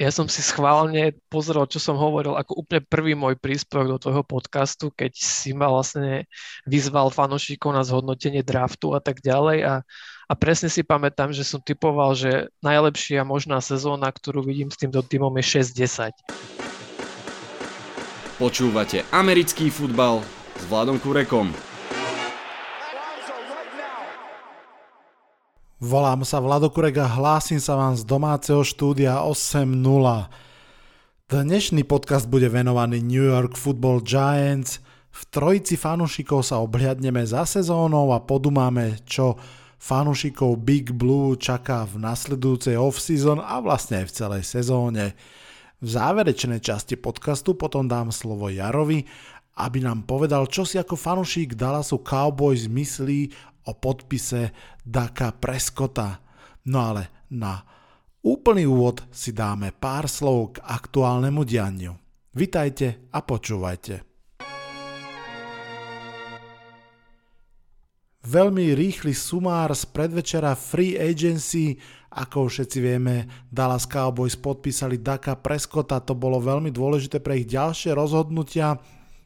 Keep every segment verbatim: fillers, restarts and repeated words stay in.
Ja som si schválne pozrel, čo som hovoril ako úplne prvý môj príspevok do tvojho podcastu, keď si ma vlastne vyzval fanúšikov na zhodnotenie draftu a tak ďalej a, a presne si pamätám, že som typoval, že najlepšia možná sezóna, ktorú vidím s týmto týmom je šesť desať. Počúvate americký futbal s Vladom Kurekom. Volám sa Vlado Kurek a hlásim sa vám z domáceho štúdia osem nula. Dnešný podcast bude venovaný New York Football Giants. V trojici fanúšikov sa obhliadneme za sezónou a podumáme, čo fanúšikov Big Blue čaká v nasledujúcej off-season a vlastne aj v celej sezóne. V záverečnej časti podcastu potom dám slovo Jarovi, aby nám povedal, čo si ako fanúšik Dallasu Cowboys myslí o podpise Daka Prescotta. No ale na úplný úvod si dáme pár slov k aktuálnemu dianiu. Vitajte a počúvajte. Veľmi rýchly sumár z predvečera Free Agency. Ako všetci vieme, Dallas Cowboys podpísali Daka Prescotta. To bolo veľmi dôležité pre ich ďalšie rozhodnutia.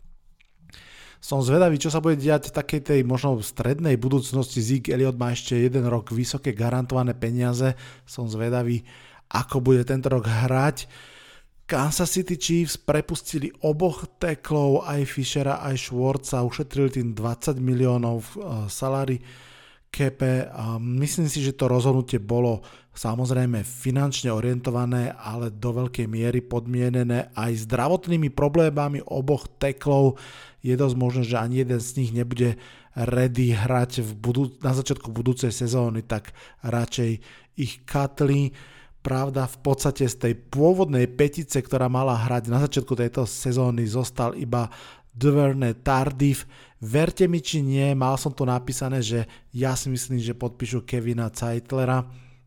Som zvedavý, čo sa bude diať v takej tej možno strednej budúcnosti. Zeke Elliott má ešte jeden rok vysoké garantované peniaze. Som zvedavý, ako bude tento rok hrať. Kansas City Chiefs prepustili oboch teklov, aj Fishera, aj Schwartza. Ušetrili tým dvadsať miliónov salary cape. Myslím si, že to rozhodnutie bolo samozrejme finančne orientované, ale do veľkej miery podmienené aj zdravotnými problémami oboch teklov. Je dosť možné, že ani jeden z nich nebude ready hrať v budú- na začiatku budúcej sezóny, tak radšej ich katli. Pravda, v podstate z tej pôvodnej petice, ktorá mala hrať na začiatku tejto sezóny, zostal iba Duvernay Tardif. Verte mi či nie, mal som tu napísané, že ja si myslím, že podpíšu Kevina Zeitlera.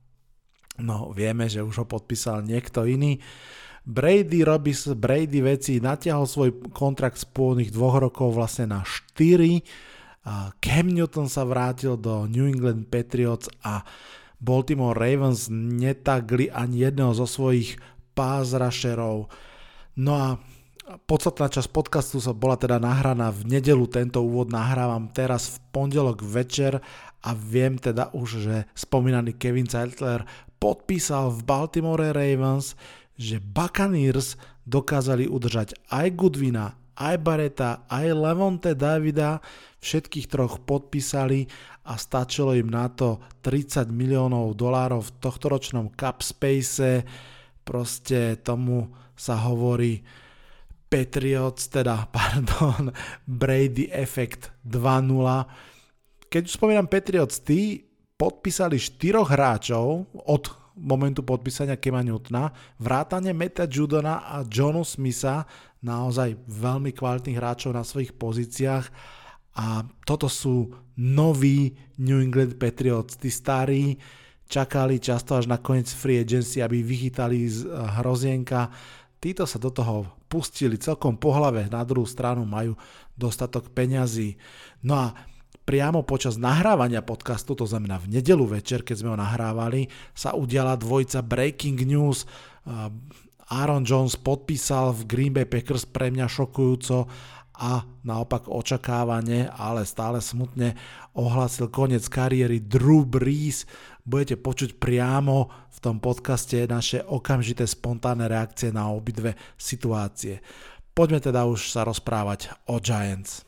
No, vieme, že už ho podpísal niekto iný. Brady robí z Brady veci, natiahol svoj kontrakt z pôvodných dvoch rokov vlastne na štyri. Cam Newton sa vrátil do New England Patriots a Baltimore Ravens netagli ani jedného zo svojich pass rusherov. No a podstatná časť podcastu sa bola teda nahraná v nedeľu, tento úvod nahrávam teraz v pondelok večer a viem teda už, že spomínaný Kevin Zeitler podpísal v Baltimore Ravens, že Buccaneers dokázali udržať aj Goodwina, aj Barretta, aj Levonte Davida, všetkých troch podpísali a stačilo im na to tridsať miliónov dolárov v tohtoročnom cap space. Proste tomu sa hovorí Patriots, teda pardon, Brady Effect dva nula. Keď už spomínam Patriots, tí podpísali štyroch hráčov od momentu podpísania Kema Newtona, vrátane Matta Judona a Johnu Smitha, naozaj veľmi kvalitných hráčov na svojich pozíciách a toto sú noví New England Patriots. Tí starí čakali často až na koniec free agency, aby vychytali z hrozienka. Títo sa do toho pustili celkom po hlave, na druhú stranu majú dostatok peňazí. No a priamo počas nahrávania podcastu, to znamená v nedeľu večer, keď sme ho nahrávali, sa udiala dvojica breaking news. Aaron Jones podpísal v Green Bay Packers, pre mňa šokujúco a naopak očakávane, ale stále smutne ohlásil koniec kariéry Drew Brees. Budete počuť priamo v tom podcaste naše okamžité spontánne reakcie na obidve situácie. Poďme teda už sa rozprávať o Giants.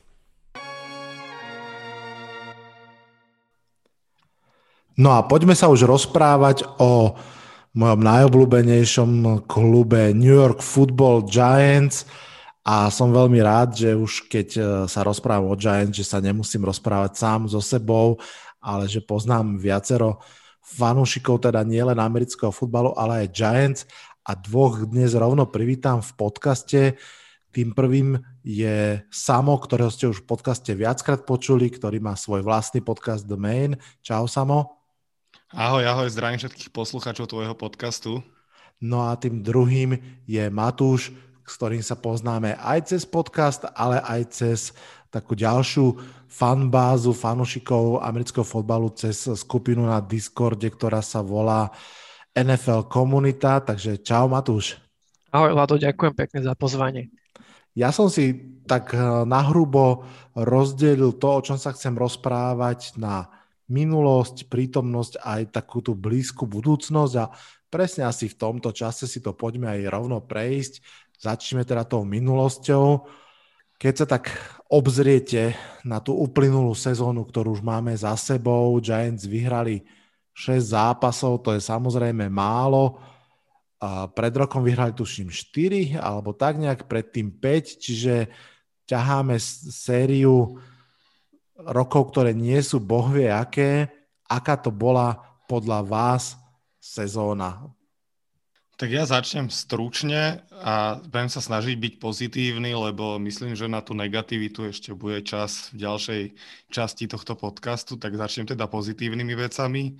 No a poďme sa už rozprávať o mojom najobľúbenejšom klube New York Football Giants a som veľmi rád, že už keď sa rozprávam o Giants, že sa nemusím rozprávať sám so sebou, ale že poznám viacero fanúšikov, teda nielen amerického futbalu, ale aj Giants a dvoch dnes rovno privítam v podcaste. Tým prvým je Samo, ktorého ste už v podcaste viackrát počuli, ktorý má svoj vlastný podcast The Main. Čau Samo. Ahoj, ahoj, zdravím všetkých poslucháčov tvojho podcastu. No a tým druhým je Matúš, s ktorým sa poznáme aj cez podcast, ale aj cez takú ďalšiu fanbázu fanúšikov amerického fotbalu cez skupinu na Discorde, ktorá sa volá en ef el komunita, takže čau Matúš. Ahoj Lado, ďakujem pekne za pozvanie. Ja som si tak nahrubo rozdelil to, o čom sa chcem rozprávať, na minulosť, prítomnosť aj takú tú blízku budúcnosť a presne asi v tomto čase si to poďme aj rovno prejsť. Začneme teda tou minulosťou. Keď sa tak obzriete na tú uplynulú sezónu, ktorú už máme za sebou, Giants vyhrali šesť zápasov, to je samozrejme málo. A pred rokom vyhrali tuším štyri, alebo tak nejak, predtým päť, čiže ťaháme sériu rokov, ktoré nie sú bohvie aké. Aká to bola podľa vás sezóna? Tak ja začnem stručne a budem sa snažiť byť pozitívny, lebo myslím, že na tú negativitu ešte bude čas v ďalšej časti tohto podcastu, tak začnem teda pozitívnymi vecami.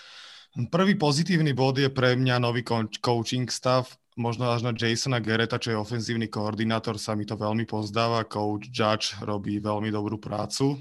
Prvý pozitívny bod je pre mňa nový coaching stav, možno až na Jasona Garretta, čo je ofenzívny koordinátor, sa mi to veľmi pozdáva. Coach Judge robí veľmi dobrú prácu.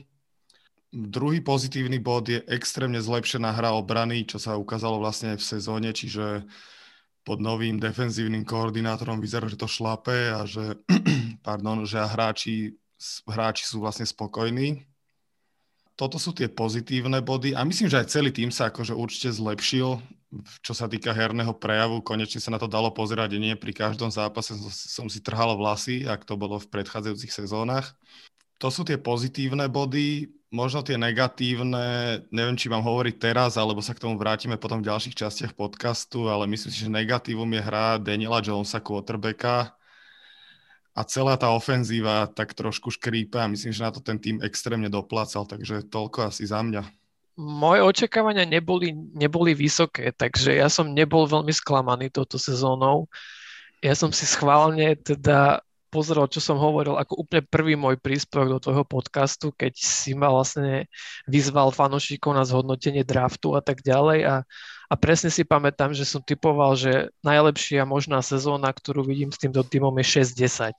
Druhý pozitívny bod je extrémne zlepšená hra obrany, čo sa ukázalo vlastne aj v sezóne, čiže pod novým defenzívnym koordinátorom vyzerá, že to šlape a že, pardon, že hráči, hráči sú vlastne spokojní. Toto sú tie pozitívne body a myslím, že aj celý tým sa akože určite zlepšil, čo sa týka herného prejavu. Konečne sa na to dalo pozerať, nie pri každom zápase som, som si trhal vlasy, ak to bolo v predchádzajúcich sezónach. To sú tie pozitívne body, možno tie negatívne, neviem, či mám hovoriť teraz, alebo sa k tomu vrátime potom v ďalších častiach podcastu, ale myslím si, že negatívum je hra Daniela Jonesa, quarterbacka, a celá tá ofenzíva tak trošku škrípe a myslím, že na to ten tým extrémne doplácal, takže toľko asi za mňa. Moje očakávania neboli, neboli vysoké, takže ja som nebol veľmi sklamaný touto sezónou. Ja som si schválne teda pozrel, čo som hovoril, ako úplne prvý môj príspevok do tvojho podcastu, keď si ma vlastne vyzval fanúšikov na zhodnotenie draftu a tak ďalej a A presne si pamätám, že som typoval, že najlepšia možná sezóna, ktorú vidím s týmto týmom, je šesť desať.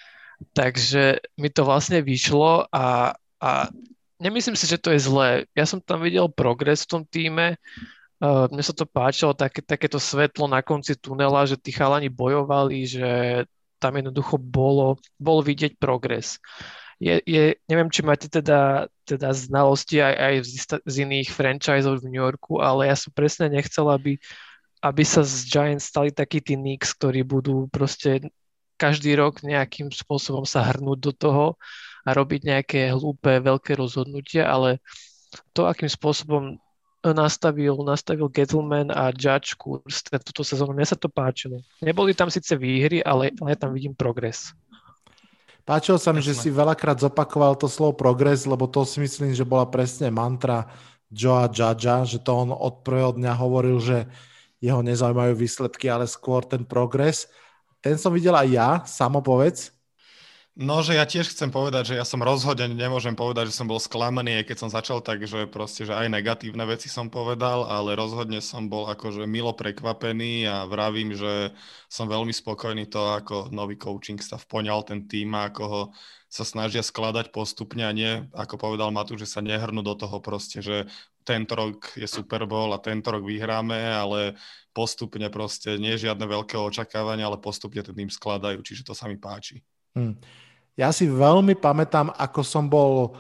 Takže mi to vlastne vyšlo a, a nemyslím si, že to je zlé. Ja som tam videl progres v tom týme. Uh, mne sa to páčilo, také, takéto svetlo na konci tunela, že tí chalani bojovali, že tam jednoducho bolo, bol vidieť progres. Je, je, neviem, či máte teda, teda znalosti aj, aj z, z iných franchiseov v New Yorku, ale ja som presne nechcel, aby, aby sa z Giants stali takí tí Knicks, ktorí budú proste každý rok nejakým spôsobom sa hrnúť do toho a robiť nejaké hlúpe, veľké rozhodnutia, ale to, akým spôsobom nastavil, nastavil Gettleman a Judge kurz túto sezónu, mne sa to páčilo. Neboli tam síce výhry, ale, ale ja tam vidím progres. Páčilo sa mi, že si veľakrát zopakoval to slovo progres, lebo to si myslím, že bola presne mantra Joea Judgea, že to on od prvého dňa hovoril, že jeho nezaujímajú výsledky, ale skôr ten progres. Ten som videl aj ja, samo povedz. No, že ja tiež chcem povedať, že ja som rozhodne nemôžem povedať, že som bol sklamaný, aj keď som začal tak, že proste, že aj negatívne veci som povedal, ale rozhodne som bol akože milo prekvapený a vravím, že som veľmi spokojný to, ako nový coaching stav poňal ten tým a ako ho sa snažia skladať postupne a nie, ako povedal Matúš, že sa nehrnú do toho proste, že tento rok je Super Bowl a tento rok vyhráme, ale postupne proste nie je žiadne veľké očakávania, ale postupne ten tým skladajú, čiže to sa mi páči. Hmm. Ja si veľmi pamätám, ako som bol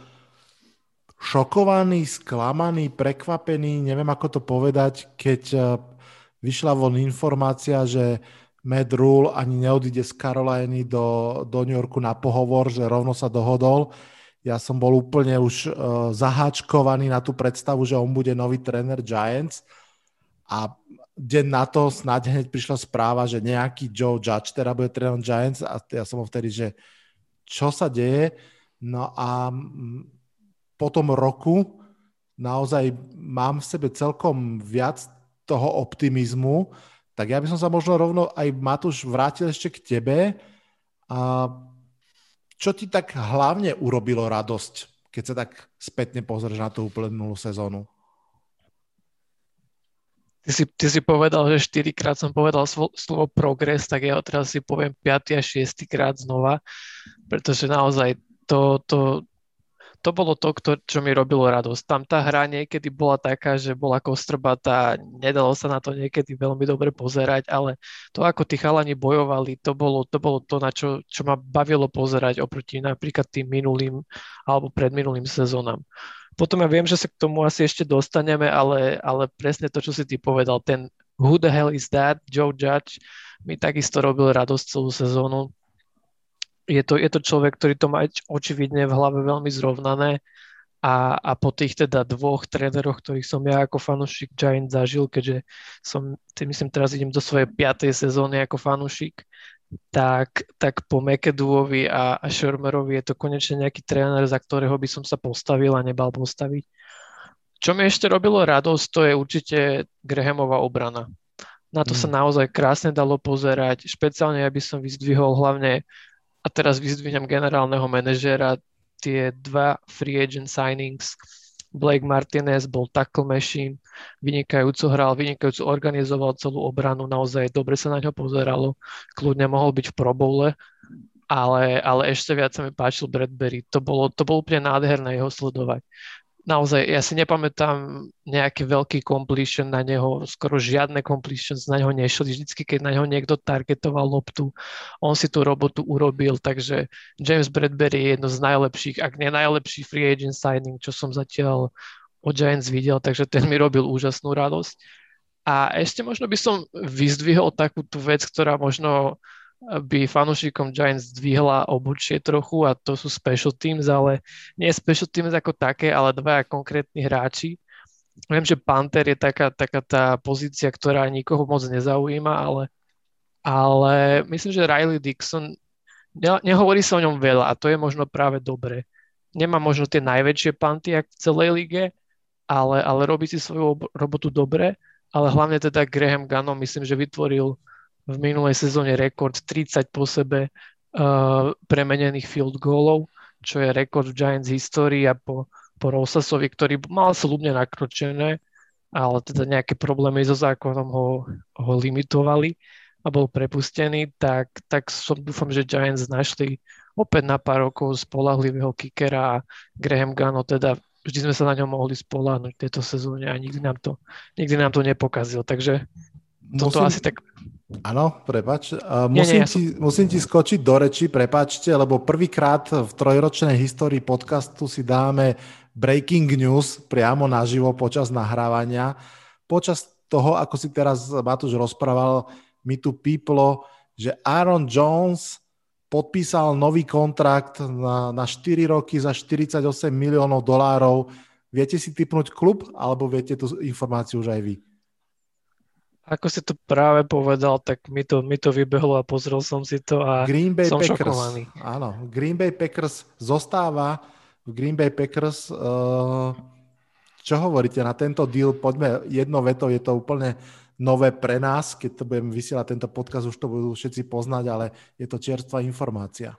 šokovaný, sklamaný, prekvapený, neviem ako to povedať, keď vyšla von informácia, že Matt Rule ani neodíde z Caroliny do, do New Yorku na pohovor, že rovno sa dohodol. Ja som bol úplne už uh, zaháčkovaný na tú predstavu, že on bude nový tréner Giants a deň na to snáď hneď prišla správa, že nejaký Joe Judge teda bude tréner Giants a ja som vtedy, že čo sa deje. No a po tom roku naozaj mám v sebe celkom viac toho optimizmu, tak ja by som sa možno rovno aj Matúš vrátil ešte k tebe. A čo ti tak hlavne urobilo radosť, keď sa tak spätne pozrieš na tú uplynulú sezónu? Ty si, ty si povedal, že štyrikrát som povedal slovo, slovo progres, tak ja teraz si poviem piaty a šiestý krát znova, pretože naozaj to, to, to bolo to, čo mi robilo radosť. Tam tá hra niekedy bola taká, že bola kostrbatá, nedalo sa na to niekedy veľmi dobre pozerať, ale to, ako tí chalani bojovali, to bolo to, bolo to na čo, čo ma bavilo pozerať oproti napríklad tým minulým alebo predminulým sezónam. Potom ja viem, že sa k tomu asi ešte dostaneme, ale, ale presne to, čo si ty povedal, ten who the hell is that, Joe Judge, mi takisto robil radosť celú sezónu. Je to, je to človek, ktorý to má očividne v hlave veľmi zrovnané a, a po tých teda dvoch tréneroch, ktorých som ja ako fanúšik Giants zažil, keďže som, myslím, teraz idem do svojej piatej sezóny ako fanúšik, tak, tak po McAdoovi a, a Shermerovi je to konečne nejaký tréner, za ktorého by som sa postavil a nebal postaviť. Čo mi ešte robilo radosť, to je určite Grahamova obrana. Na to mm. sa naozaj krásne dalo pozerať, špeciálne ja by som vyzdvihol hlavne a teraz vyzdvihnem generálneho manažéra, tie dva free agent signings. Blake Martinez bol tackle machine, vynikajúco hral, vynikajúco organizoval celú obranu, naozaj dobre sa na ňo pozeralo, kľudne mohol byť v Pro Bowle, ale, ale ešte viac sa mi páčil Bradbury. To bolo, to bolo úplne nádherné jeho sledovať. Naozaj, ja si nepamätám nejaký veľký completion na neho, skoro žiadne completions na neho nešli, vždycky, keď na neho niekto targetoval loptu, on si tú robotu urobil, takže James Bradbury je jedno z najlepších, ak nie najlepší free agent signing, čo som zatiaľ od Giants videl, takže ten mi robil úžasnú radosť. A ešte možno by som vyzdvihol takú tú vec, ktorá možno by fanúšikom Giants zdvihla obočie trochu a to sú special teams, ale nie special teams ako také, ale dva konkrétni hráči. Viem, že Panther je taká, taká tá pozícia, ktorá nikoho moc nezaujíma, ale, ale myslím, že Riley Dixon, ne, nehovorí sa o ňom veľa a to je možno práve dobre. Nemá možno tie najväčšie panty v celej lige, ale, ale robí si svoju ob- robotu dobre, ale hlavne teda Graham Gano myslím, že vytvoril v minulej sezóne rekord tridsať po sebe uh, premenených field goalov, čo je rekord v Giants histórii a po, po Rosasovi, ktorý mal slubne nakročené, ale teda nejaké problémy so zákonom ho, ho limitovali a bol prepustený, tak, tak som dúfam, že Giants našli opäť na pár rokov spoľahlivého kickera a Graham Gano teda vždy sme sa na ňom mohli spoľahnúť v tejto sezóne a nikdy nám to, nikdy nám to nepokazil, takže toto musím, asi tak... Áno, prepáč. Uh, musím, nie, nie, ti, som... musím ti skočiť do reči, prepáčte, lebo prvýkrát v trojročnej histórii podcastu si dáme breaking news priamo naživo počas nahrávania. Počas toho, ako si teraz Matúš rozprával, mi tu píplo, že Aaron Jones podpísal nový kontrakt na, na štyri roky za štyridsaťosem miliónov dolárov. Viete si tipnúť klub, alebo viete tú informáciu už aj vy? Ako si to práve povedal, tak mi to, mi to vybehlo a pozrel som si to a Green Bay som Packers, šokovaný. Áno, Green Bay Packers zostáva v Green Bay Packers. Uh, čo hovoríte na tento deal? Poďme jednou vetou, je to úplne nové pre nás, keď to budeme vysielať tento podcast, už to budú všetci poznať, ale je to čerstvá informácia.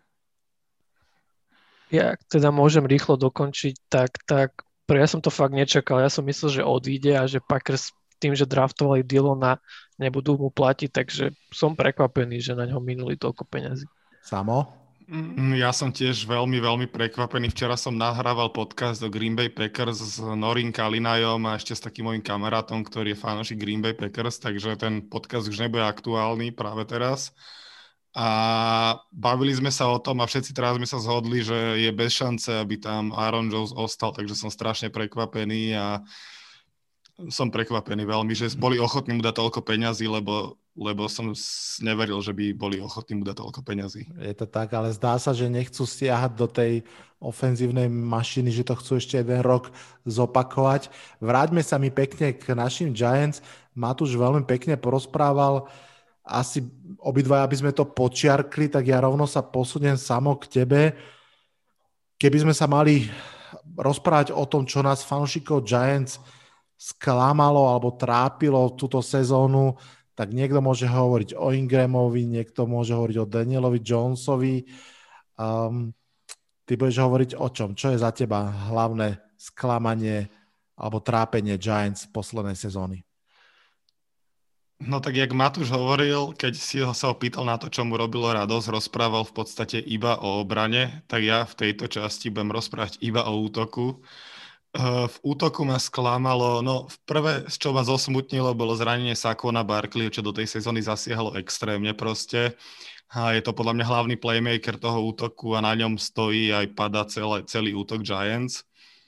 Ja teda môžem rýchlo dokončiť, tak, tak ja som to fakt nečakal. Ja som myslel, že odíde a že Packers tým, že draftovali Dylana, nebudú mu platiť, takže som prekvapený, že na ňo minuli toľko peňazí. Samo? Ja som tiež veľmi, veľmi prekvapený. Včera som nahrával podcast o Green Bay Packers s Norim Kalinajom a ešte s takým mojím kamarátom, ktorý je fanúšik Green Bay Packers, takže ten podcast už nebude aktuálny práve teraz. A bavili sme sa o tom a všetci teraz sme sa zhodli, že je bez šance, aby tam Aaron Jones ostal, takže som strašne prekvapený a som prekvapený veľmi, že boli ochotní mu dať toľko peňazí, lebo, lebo som neveril, že by boli ochotní mu dať toľko peňazí. Je to tak, ale zdá sa, že nechcú stiahať do tej ofenzívnej mašiny, že to chcú ešte jeden rok zopakovať. Vráťme sa mi pekne k našim Giants. Matúš veľmi pekne porozprával. Asi obidva, aby sme to počiarkli, tak ja rovno sa posuniem samo k tebe. Keby sme sa mali rozprávať o tom, čo nás fanúšikov Giants sklamalo alebo trápilo túto sezónu, tak niekto môže hovoriť o Ingramovi, niekto môže hovoriť o Danielovi Jonesovi. Um, ty budeš hovoriť o čom? Čo je za teba hlavné sklamanie alebo trápenie Giants poslednej sezóny? No tak jak Matúš hovoril, keď si ho sa opýtal na to, čo mu robilo radosť, rozprával v podstate iba o obrane, tak ja v tejto časti budem rozprávať iba o útoku. Uh, v útoku ma sklamalo, no v prvé, z čo ma zosmutnilo, bolo zranenie Saquona Barkley, čo do tej sezóny zasiahlo extrémne proste. A je to podľa mňa hlavný playmaker toho útoku a na ňom stojí aj pada celé, celý útok Giants.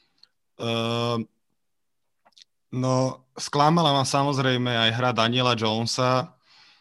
Uh, no, sklamala ma samozrejme aj hra Daniela Jonesa.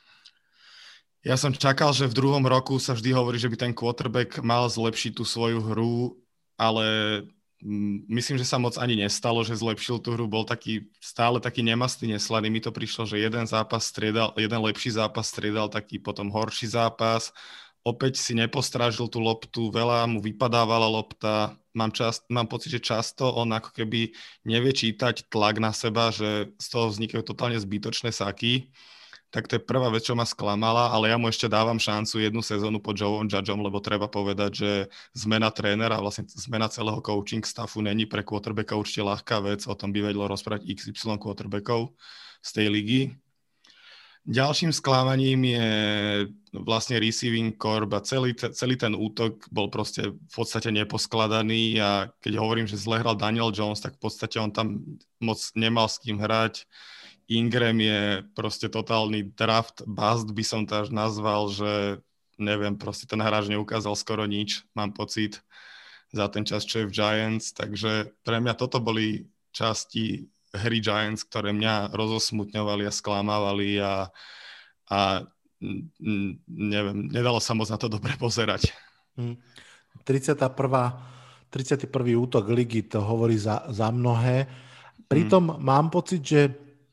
Ja som čakal, že v druhom roku sa vždy hovorí, že by ten quarterback mal zlepšiť tú svoju hru, ale myslím, že sa moc ani nestalo, že zlepšil tú hru, bol taký stále taký nemastný, neslaný. Mi to prišlo, že jeden zápas striedal, jeden lepší zápas striedal taký potom horší zápas. Opäť si nepostrážil tú loptu, veľa mu vypadávala lopta. Mám, čas, mám pocit, že často on ako keby nevie čítať tlak na seba, že z toho vznikajú totálne zbytočné saky. Tak to je prvá vec, čo ma sklamala, ale ja mu ešte dávam šancu jednu sezónu pod Joeom Judgeom, lebo treba povedať, že zmena trénera, vlastne zmena celého coaching staffu není pre quarterbacka určite ľahká vec, o tom by vedelo rozprávať iks ypsilon quarterbackov z tej ligy. Ďalším sklamaním je vlastne receiving corps a celý, celý ten útok bol proste v podstate neposkladaný a keď hovorím, že zle hral Daniel Jones, tak v podstate on tam moc nemal s kým hrať. Ingram je proste totálny draft bust, by som to až nazval, že neviem, proste ten hráč neukázal skoro nič, mám pocit, za ten čas, čo je v Giants, takže pre mňa toto boli časti hry Giants, ktoré mňa rozosmutňovali a sklamávali a, a neviem, nedalo sa moc na to dobre pozerať. tridsiaty prvý tridsiaty prvý útok ligy to hovorí za, za mnohé. Pritom hmm. mám pocit, že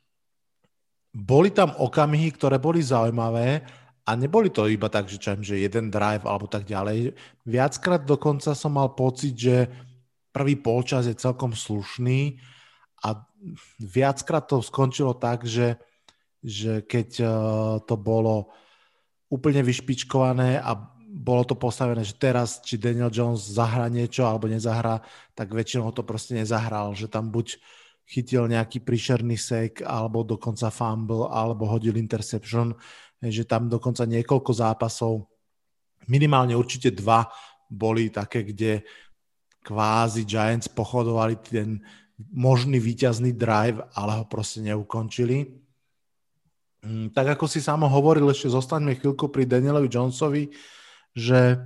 boli tam okamihy, ktoré boli zaujímavé a neboli to iba tak, že, čajem, že jeden drive alebo tak ďalej. Viackrát dokonca som mal pocit, že prvý polčas je celkom slušný a viackrát to skončilo tak, že, že keď to bolo úplne vyšpičkované a bolo to postavené, že teraz či Daniel Jones zahrá niečo alebo nezahrá, tak väčšinou to proste nezahral, že tam buď chytil nejaký príšerný sek, alebo dokonca fumble, alebo hodil interception, že tam dokonca niekoľko zápasov, minimálne určite dva, boli také, kde kvázi Giants pochodovali ten možný víťazný drive, ale ho proste neukončili. Tak ako si sám hovoril, ešte zostaňme chvíľku pri Danielovi Jonesovi, že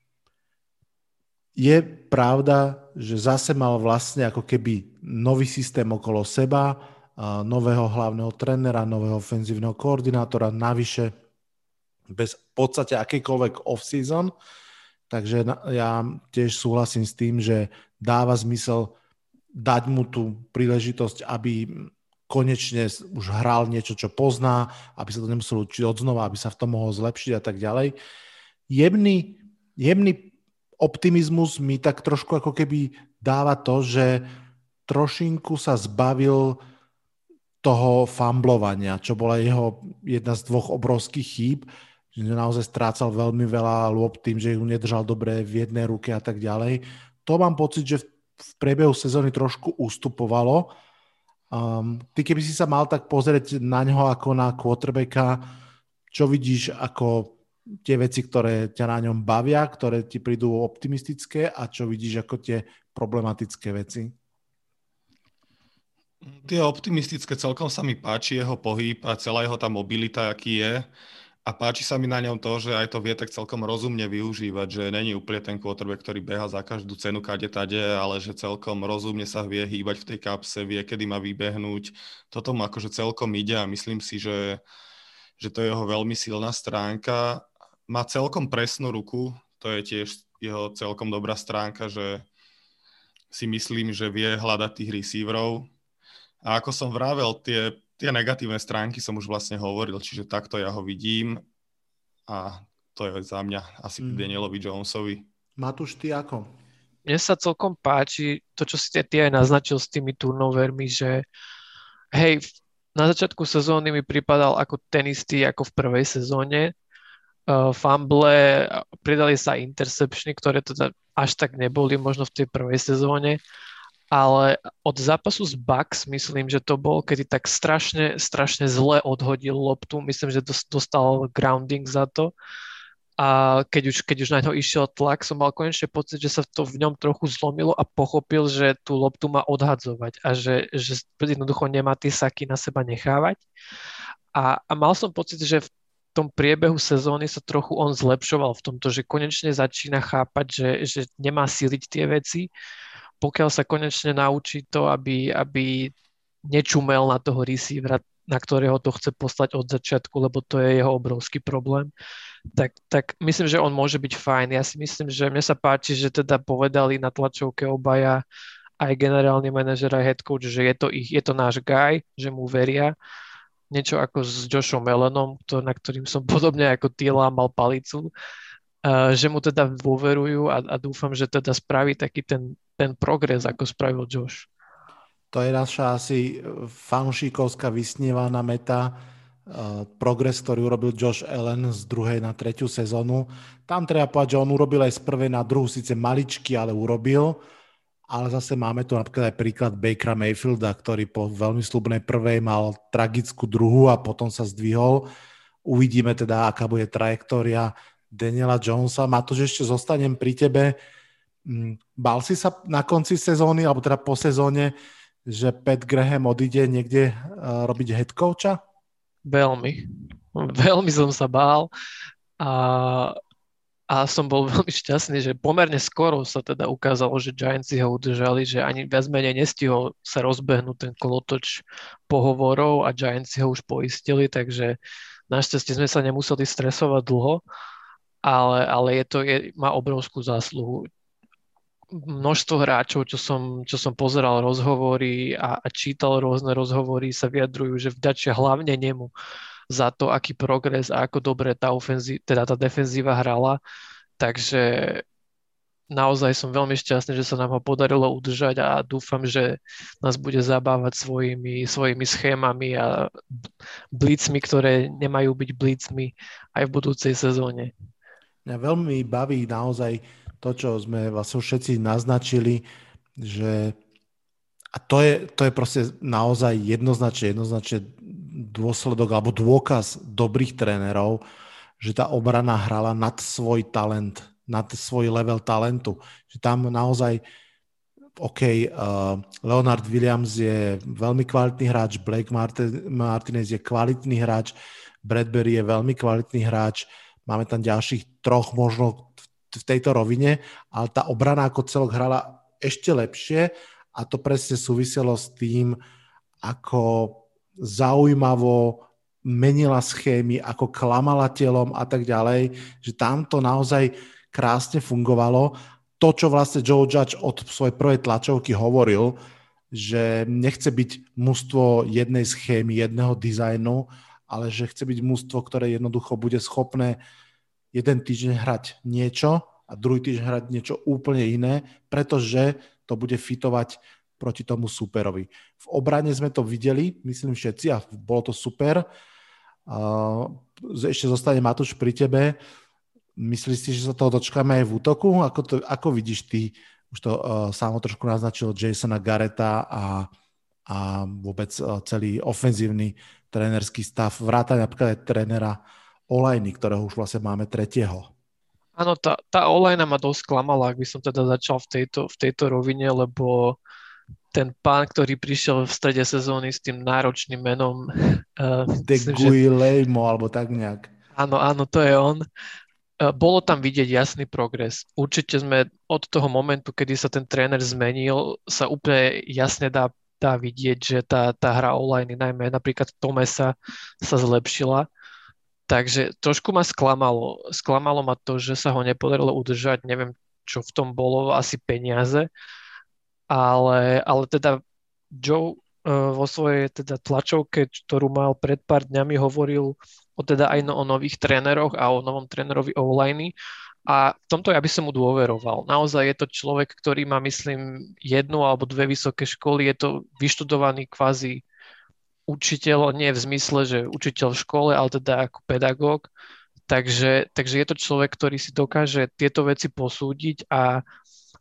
je pravda, že zase mal vlastne ako keby nový systém okolo seba, nového hlavného trénera, nového ofenzívneho koordinátora, navyše bez v podstate akýkoľvek off-season. Takže ja tiež súhlasím s tým, že dáva zmysel dať mu tú príležitosť, aby konečne už hral niečo, čo pozná, aby sa to nemuselo učiť odznova, aby sa v tom mohol zlepšiť a tak ďalej. Jemný, jemný optimizmus mi tak trošku ako keby dáva to, že trošinku sa zbavil toho fumblovania, čo bola jeho jedna z dvoch obrovských chýb, že naozaj strácal veľmi veľa lôb tým, že ju nedržal dobre v jednej ruke a tak ďalej. To mám pocit, že v priebehu sezóny trošku ustupovalo. Um, ty keby si sa mal tak pozrieť na ňoho ako na quarterbacka, čo vidíš ako tie veci, ktoré ťa na ňom bavia, ktoré ti prídu optimistické a čo vidíš ako tie problematické veci? Tie optimistické, celkom sa mi páči jeho pohyb a celá jeho tá mobilita, aký je. A páči sa mi na ňom to, že aj to vie tak celkom rozumne využívať, že není úplne ten quarterback, ktorý beha za každú cenu kade tade, ale že celkom rozumne sa vie hýbať v tej kapse, vie, kedy má vybehnúť. Toto mu akože celkom ide a myslím si, že, že to je jeho veľmi silná stránka. Má celkom presnú ruku, to je tiež jeho celkom dobrá stránka, že si myslím, že vie hľadať tých receiverov. A ako som vravel, tie, tie negatívne stránky som už vlastne hovoril, čiže takto ja ho vidím a to je za mňa asi mm. Danielovi Jonesovi. Matúš, ty ako? Mne sa celkom páči to, čo si ty aj naznačil s tými turnovermi, že hej, na začiatku sezóny mi pripadal ako ten istý ako v prvej sezóne. Uh, fumble, pridali sa interceptiony, ktoré teda až tak neboli možno v tej prvej sezóne, ale od zápasu s Bucks myslím, že to bol, kedy tak strašne, strašne zle odhodil loptu. Myslím, že dostal grounding za to. A keď už, keď už na ňo išiel tlak, som mal konečne pocit, že sa to v ňom trochu zlomilo a pochopil, že tú loptu má odhadzovať a že, že jednoducho nemá tie saky na seba nechávať. A, a mal som pocit, že v tom priebehu sezóny sa trochu on zlepšoval v tomto, že konečne začína chápať, že, že nemá siliť tie veci, pokiaľ sa konečne naučí to, aby, aby nečumel na toho receivera, na ktorého to chce poslať od začiatku, lebo to je jeho obrovský problém. Tak, tak myslím, že on môže byť fajn. Ja si myslím, že mne sa páči, že teda povedali na tlačovke obaja, aj generálny manažer, aj head coach, že je to, ich, je to náš guy, že mu veria. Niečo ako s Joshom Allenom, to, na ktorým som podobne ako ty lámal palicu, uh, že mu teda dôverujú a, a dúfam, že teda spraví taký ten, ten progres, ako spravil Josh. To je naša asi fanšíkovská vysnívaná meta, Uh, progres, ktorý urobil Josh Allen z druhej na tretiu sezónu. Tam treba povedať, že on urobil aj z prvej na druhú, síce maličky, ale urobil. Ale zase máme tu napríklad aj príklad Bakera Mayfielda, ktorý po veľmi slubnej prvej mal tragickú druhú a potom sa zdvihol. Uvidíme teda, aká bude trajektória Daniela Jonesa. Matúš, ešte zostanem pri tebe. Bál si sa na konci sezóny, alebo teda po sezóne, že Pat Graham odíde niekde uh, robiť head coacha? Veľmi. Veľmi som sa bál a, a som bol veľmi šťastný, že pomerne skoro sa teda ukázalo, že Giants ho udržali, že ani viac menej nestihol sa rozbehnúť ten kolotoč pohovorov a Giants ho už poistili, takže našťastie sme sa nemuseli stresovať dlho, ale, ale je to, je, má obrovskú zásluhu. Množstvo hráčov, čo som, čo som pozeral rozhovory a, a čítal rôzne rozhovory, sa vyjadrujú, že vďačia hlavne nemu za to, aký progres a ako dobre tá, ofenzí, teda tá defenzíva hrala. Takže naozaj som veľmi šťastný, že sa nám ho podarilo udržať a dúfam, že nás bude zabávať svojimi, svojimi schémami a blitzmi, ktoré nemajú byť blitzmi aj v budúcej sezóne. Mňa veľmi baví naozaj to, čo sme vlastne všetci naznačili, že a to je, to je proste naozaj jednoznačne, jednoznačne dôsledok alebo dôkaz dobrých trénerov, že tá obrana hrala nad svoj talent, nad svoj level talentu. Že tam naozaj OK, uh, Leonard Williams je veľmi kvalitný hráč, Blake Martinez je kvalitný hráč, Bradbury je veľmi kvalitný hráč, máme tam ďalších troch možno v tejto rovine, ale tá obrana ako celok hrala ešte lepšie a to presne súviselo s tým, ako zaujímavo menila schémy, ako klamala telom a tak ďalej, že tam to naozaj krásne fungovalo. To, čo vlastne Joe Judge od svojej prvej tlačovky hovoril, že nechce byť mužstvo jednej schémy, jedného dizajnu, ale že chce byť mužstvo, ktoré jednoducho bude schopné jeden týždeň hrať niečo a druhý týždeň hrať niečo úplne iné, pretože to bude fitovať proti tomu superovi. V obrane sme to videli, myslím všetci, a bolo to super. Ešte zostane Matúš pri tebe. Myslíš si, že sa toho dočkáme aj v útoku? Ako, to, ako vidíš ty, už to uh, sám trošku naznačil, Jasona Garretta a, a vôbec uh, celý ofenzívny trénerský stav, vrátane napríklad aj trénera O-line, ktorého už vlastne máme tretieho. Áno, tá, tá O-line ma dosť klamala, ak by som teda začal v tejto, v tejto rovine, lebo ten pán, ktorý prišiel v strede sezóny s tým náročným menom uh, Deguilemo, že... alebo tak nejak. Áno, áno, to je on. Uh, bolo tam vidieť jasný progres. Určite sme od toho momentu, kedy sa ten tréner zmenil, sa úplne jasne dá, dá vidieť, že tá, tá hra O-line, najmä napríklad Thomasa, sa zlepšila. Takže trošku ma sklamalo. Sklamalo ma to, že sa ho nepodarilo udržať. Neviem, čo v tom bolo, asi peniaze. Ale, ale teda Joe uh, vo svojej teda tlačovke, ktorú mal pred pár dňami, hovoril o, teda aj no, o nových tréneroch a o novom trénerovi O-line. A v tomto ja by som mu dôveroval. Naozaj je to človek, ktorý má, myslím, jednu alebo dve vysoké školy. Je to vyštudovaný kvázi učiteľ, nie v zmysle, že učiteľ v škole, ale teda ako pedagóg. Takže, takže je to človek, ktorý si dokáže tieto veci posúdiť a,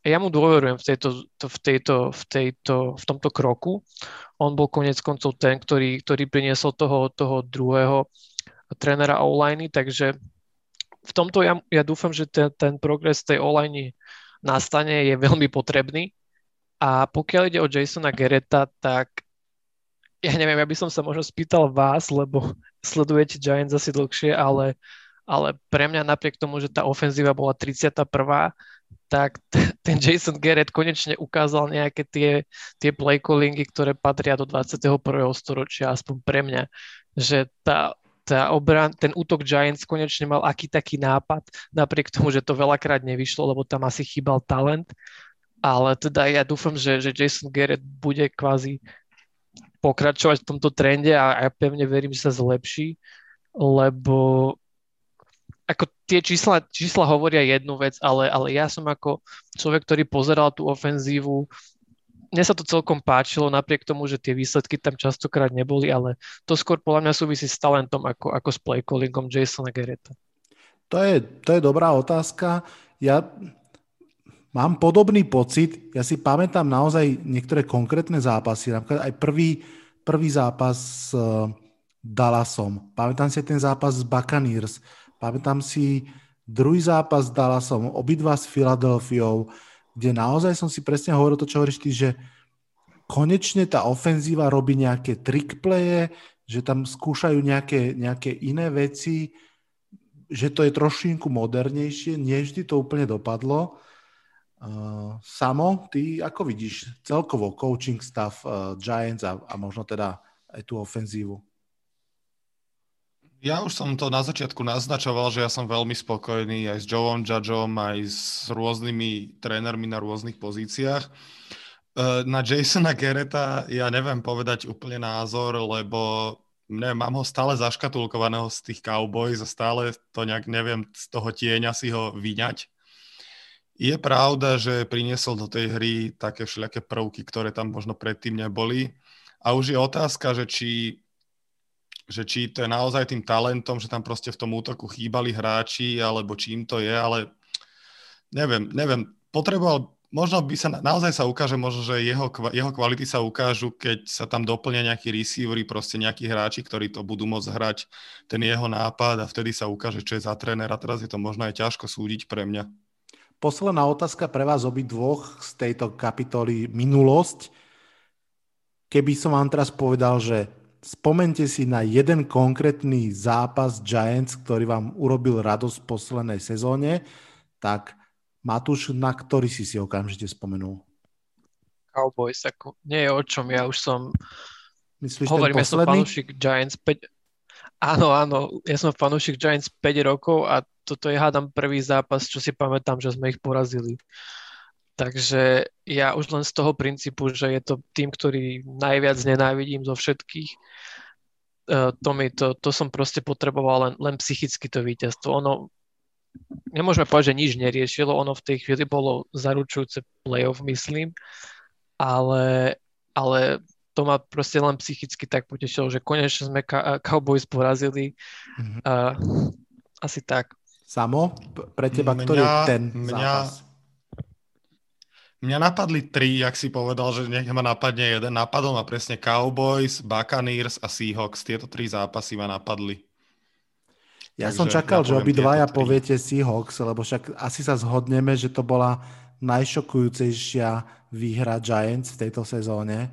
ja mu dôverujem v, tejto, to, v, tejto, v, tejto, v tomto kroku. On bol konec koncov ten, ktorý, ktorý priniesol toho, toho druhého trénera online, takže v tomto ja, ja dúfam, že ten, ten progres tej online nastane, je veľmi potrebný. A pokiaľ ide o Jasona Garretta, tak ja neviem, ja by som sa možno spýtal vás, lebo sledujete Giants asi dlhšie, ale, ale pre mňa napriek tomu, že tá ofenzíva bola tridsiata prvá, tak t- ten Jason Garrett konečne ukázal nejaké tie, tie play callingy, ktoré patria do dvadsiateho prvého storočia, aspoň pre mňa, že tá, tá obran, ten útok Giants konečne mal aký taký nápad, napriek tomu, že to veľakrát nevyšlo, lebo tam asi chýbal talent, ale teda ja dúfam, že, že Jason Garrett bude kvázi pokračovať v tomto trende a ja pevne verím, že sa zlepší, lebo ako tie čísla, čísla hovoria jednu vec, ale, ale ja som ako človek, ktorý pozeral tú ofenzívu, mne sa to celkom páčilo, napriek tomu, že tie výsledky tam častokrát neboli, ale to skôr podľa mňa súvisí s talentom ako, ako s play callingom Jasona Garretta. To je, to je dobrá otázka. Ja mám podobný pocit, ja si pamätám naozaj niektoré konkrétne zápasy, napríklad aj prvý, prvý zápas s Dallasom, pamätám si ten zápas s Buccaneers, pamätám si druhý zápas s Dallasom, obidva s Filadelfiou, kde naozaj som si presne hovoril to, čo hovoríš ty, že konečne tá ofenzíva robí nejaké trick playe, že tam skúšajú nejaké, nejaké iné veci, že to je trošinku modernejšie, nie vždy to úplne dopadlo. Uh, Samo, ty ako vidíš celkovo coaching stav uh, Giants a, a možno teda aj tú ofenzívu? Ja už som to na začiatku naznačoval, že ja som veľmi spokojný aj s Joeom Judgeom, aj s rôznymi trénermi na rôznych pozíciách. Na Jasona Garretta ja neviem povedať úplne názor, lebo neviem, mám ho stále zaškatulkovaného z tých Cowboys a stále to nejak neviem z toho tieňa si ho vyňať. Je pravda, že priniesol do tej hry také všelijaké prvky, ktoré tam možno predtým neboli. A už je otázka, že či že či to je naozaj tým talentom, že tam proste v tom útoku chýbali hráči, alebo čím to je, ale neviem, neviem, potreboval, možno by sa, naozaj sa ukáže, možno, že jeho, jeho kvality sa ukážu, keď sa tam doplnia nejakí receivery, proste nejakí hráči, ktorí to budú môcť hrať, ten jeho nápad a vtedy sa ukáže, čo je za tréner a teraz je to možno aj ťažko súdiť pre mňa. Posledná otázka pre vás obidvoch z tejto kapitoly minulosť. Keby som vám teraz povedal, že spomente si na jeden konkrétny zápas Giants, ktorý vám urobil radosť v poslednej sezóne, tak Matúš, na ktorý si si okamžite spomenul? Cowboys, ako nie je o čom, ja už som Myslíš hovorím, ten ja som posledný? fanúšik Giants päť Áno, áno, ja som fanúšik Giants päť rokov a toto je hádam prvý zápas, čo si pamätám, že sme ich porazili. Takže ja už len z toho princípu, že je to tým, ktorý najviac nenávidím zo všetkých, to, mi, to, to som proste potreboval len, len psychicky to víťazstvo. Ono, nemôžeme povedať, že nič neriešilo, ono v tej chvíli bolo zaručujúce playoff, myslím, ale, ale to ma proste len psychicky tak potešilo, že konečne sme Cowboys porazili. Mm-hmm. Uh, asi tak. Samo, pre teba, ktorý mňa, je ten mňa... zápas? Mňa napadli tri, jak si povedal, že nech ma napadne jeden. Napadol ma presne Cowboys, Buccaneers a Seahawks. Tieto tri zápasy ma napadli. Ja Takže som čakal, ja že obidvaja tri. poviete Seahawks, lebo však asi sa zhodneme, že to bola najšokujúcejšia výhra Giants v tejto sezóne.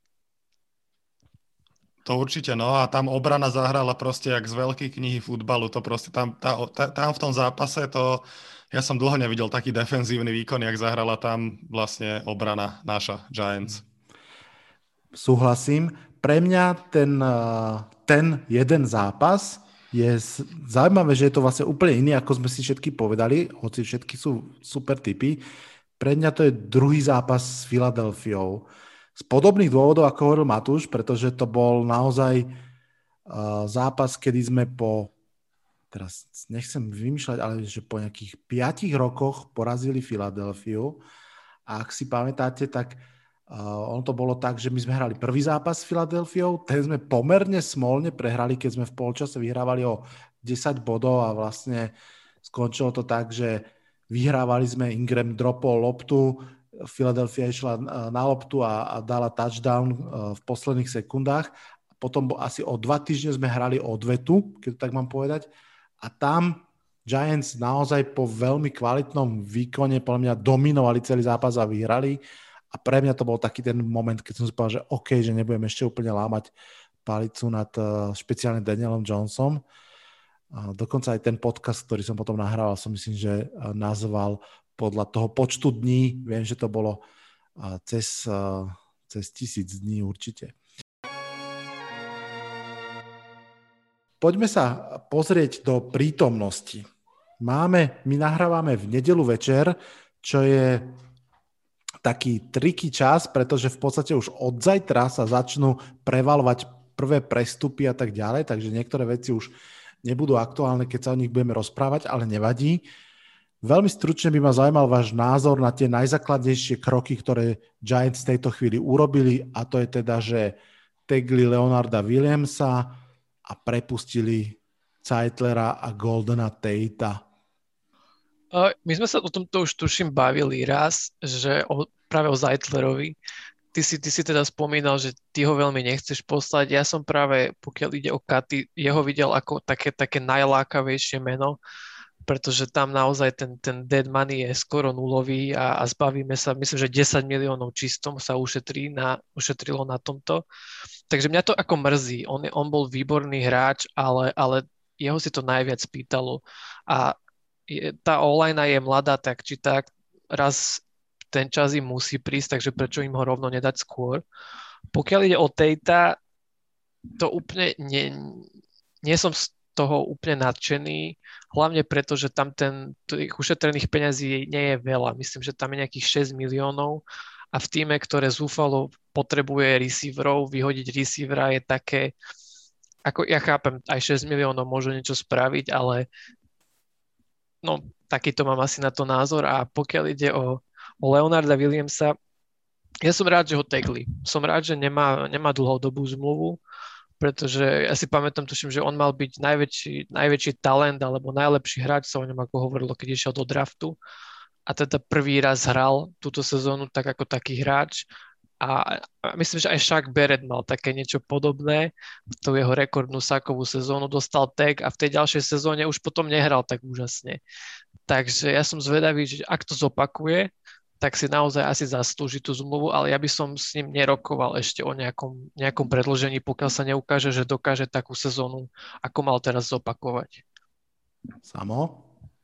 To určite, no a tam obrana zahrala proste jak z veľkej knihy futbalu. To proste tam, tá, tá, tam v tom zápase to... Ja som dlho nevidel taký defenzívny výkon, jak zahrala tam vlastne obrana naša Giants. Súhlasím. Pre mňa ten, ten jeden zápas je zaujímavé, že je to vlastne úplne iný, ako sme si všetky povedali, hoci všetky sú super tipy. Pre mňa to je druhý zápas s Filadelfiou. Z podobných dôvodov, ako hovoril Matúš, pretože to bol naozaj zápas, kedy sme po teraz nechcem vymýšľať, ale že po nejakých piatich rokoch porazili Filadelfiu. A ak si pamätáte, tak uh, on to bolo tak, že my sme hrali prvý zápas s Filadelfiou, ten sme pomerne smolne prehrali, keď sme v polčase vyhrávali o desať bodov a vlastne skončilo to tak, že vyhrávali sme, Ingram dropol loptu, Philadelphia išla na loptu a, a dala touchdown v posledných sekundách. Potom asi o dva týždne sme hrali odvetu, keď to tak mám povedať. A tam Giants naozaj po veľmi kvalitnom výkone podľa mňa dominovali celý zápas a vyhrali. A pre mňa to bol taký ten moment, keď som si povedal, že OK, že nebudem ešte úplne lámať palicu nad uh, špeciálne Danielom Jonesom. Uh, dokonca aj ten podcast, ktorý som potom nahrával, som myslím, že uh, nazval podľa toho počtu dní. Viem, že to bolo uh, cez, uh, cez tisíc dní určite. Poďme sa pozrieť do prítomnosti. Máme, my nahrávame v nedeľu večer, čo je taký triky čas, pretože v podstate už od zajtra sa začnú prevalovať prvé prestupy a tak ďalej, takže niektoré veci už nebudú aktuálne, keď sa o nich budeme rozprávať, ale nevadí. Veľmi stručne by ma zaujímal váš názor na tie najzákladnejšie kroky, ktoré Giants v tejto chvíli urobili, a to je teda, že tagli Leonarda Williamsa a prepustili Zeitlera a Goldena Tatea. My sme sa o tomto už tuším bavili raz, že o, práve o Zeitlerovi. Ty si, ty si teda spomínal, že ty ho veľmi nechceš poslať. Ja som práve, pokiaľ ide o Katy, jeho videl ako také, také najlákavejšie meno, pretože tam naozaj ten, ten dead money je skoro nulový a, a zbavíme sa, myslím, že desať miliónov čistom sa ušetrí na, ušetrilo na tomto. Takže mňa to ako mrzí. On, je, on bol výborný hráč, ale, ale jeho si to najviac pýtalo. A je, tá online je mladá, tak či tak raz ten čas im musí prísť, takže prečo im ho rovno nedať skôr. Pokiaľ ide o Tatea, to úplne nie, nie som z toho úplne nadšený, hlavne preto, že tam ten, tých ušetrených peňazí nie je veľa. Myslím, že tam je nejakých šesť miliónov a v tíme, ktoré zúfalo potrebuje receiverov, vyhodiť receivera je také, ako ja chápem, aj šesť miliónov môže niečo spraviť, ale no, takýto mám asi na to názor. A pokiaľ ide o o Leonarda Williamsa, ja som rád, že ho tagli. Som rád, že nemá, nemá dlhodobú zmluvu, pretože ja si pamätám, tuším, že on mal byť najväčší, najväčší talent alebo najlepší hráč, sa o ňom ako hovorilo, keď išiel do draftu. A teda prvý raz hral túto sezónu tak ako taký hráč. A myslím, že aj Shaq Barrett mal také niečo podobné. Tú jeho rekordnú sakovú sezónu dostal tag a v tej ďalšej sezóne už potom nehral tak úžasne. Takže ja som zvedavý, že ak to zopakuje, tak si naozaj asi zaslúži tú zmluvu, ale ja by som s ním nerokoval ešte o nejakom, nejakom predĺžení, pokiaľ sa neukáže, že dokáže takú sezónu, ako mal teraz zopakovať. Samo?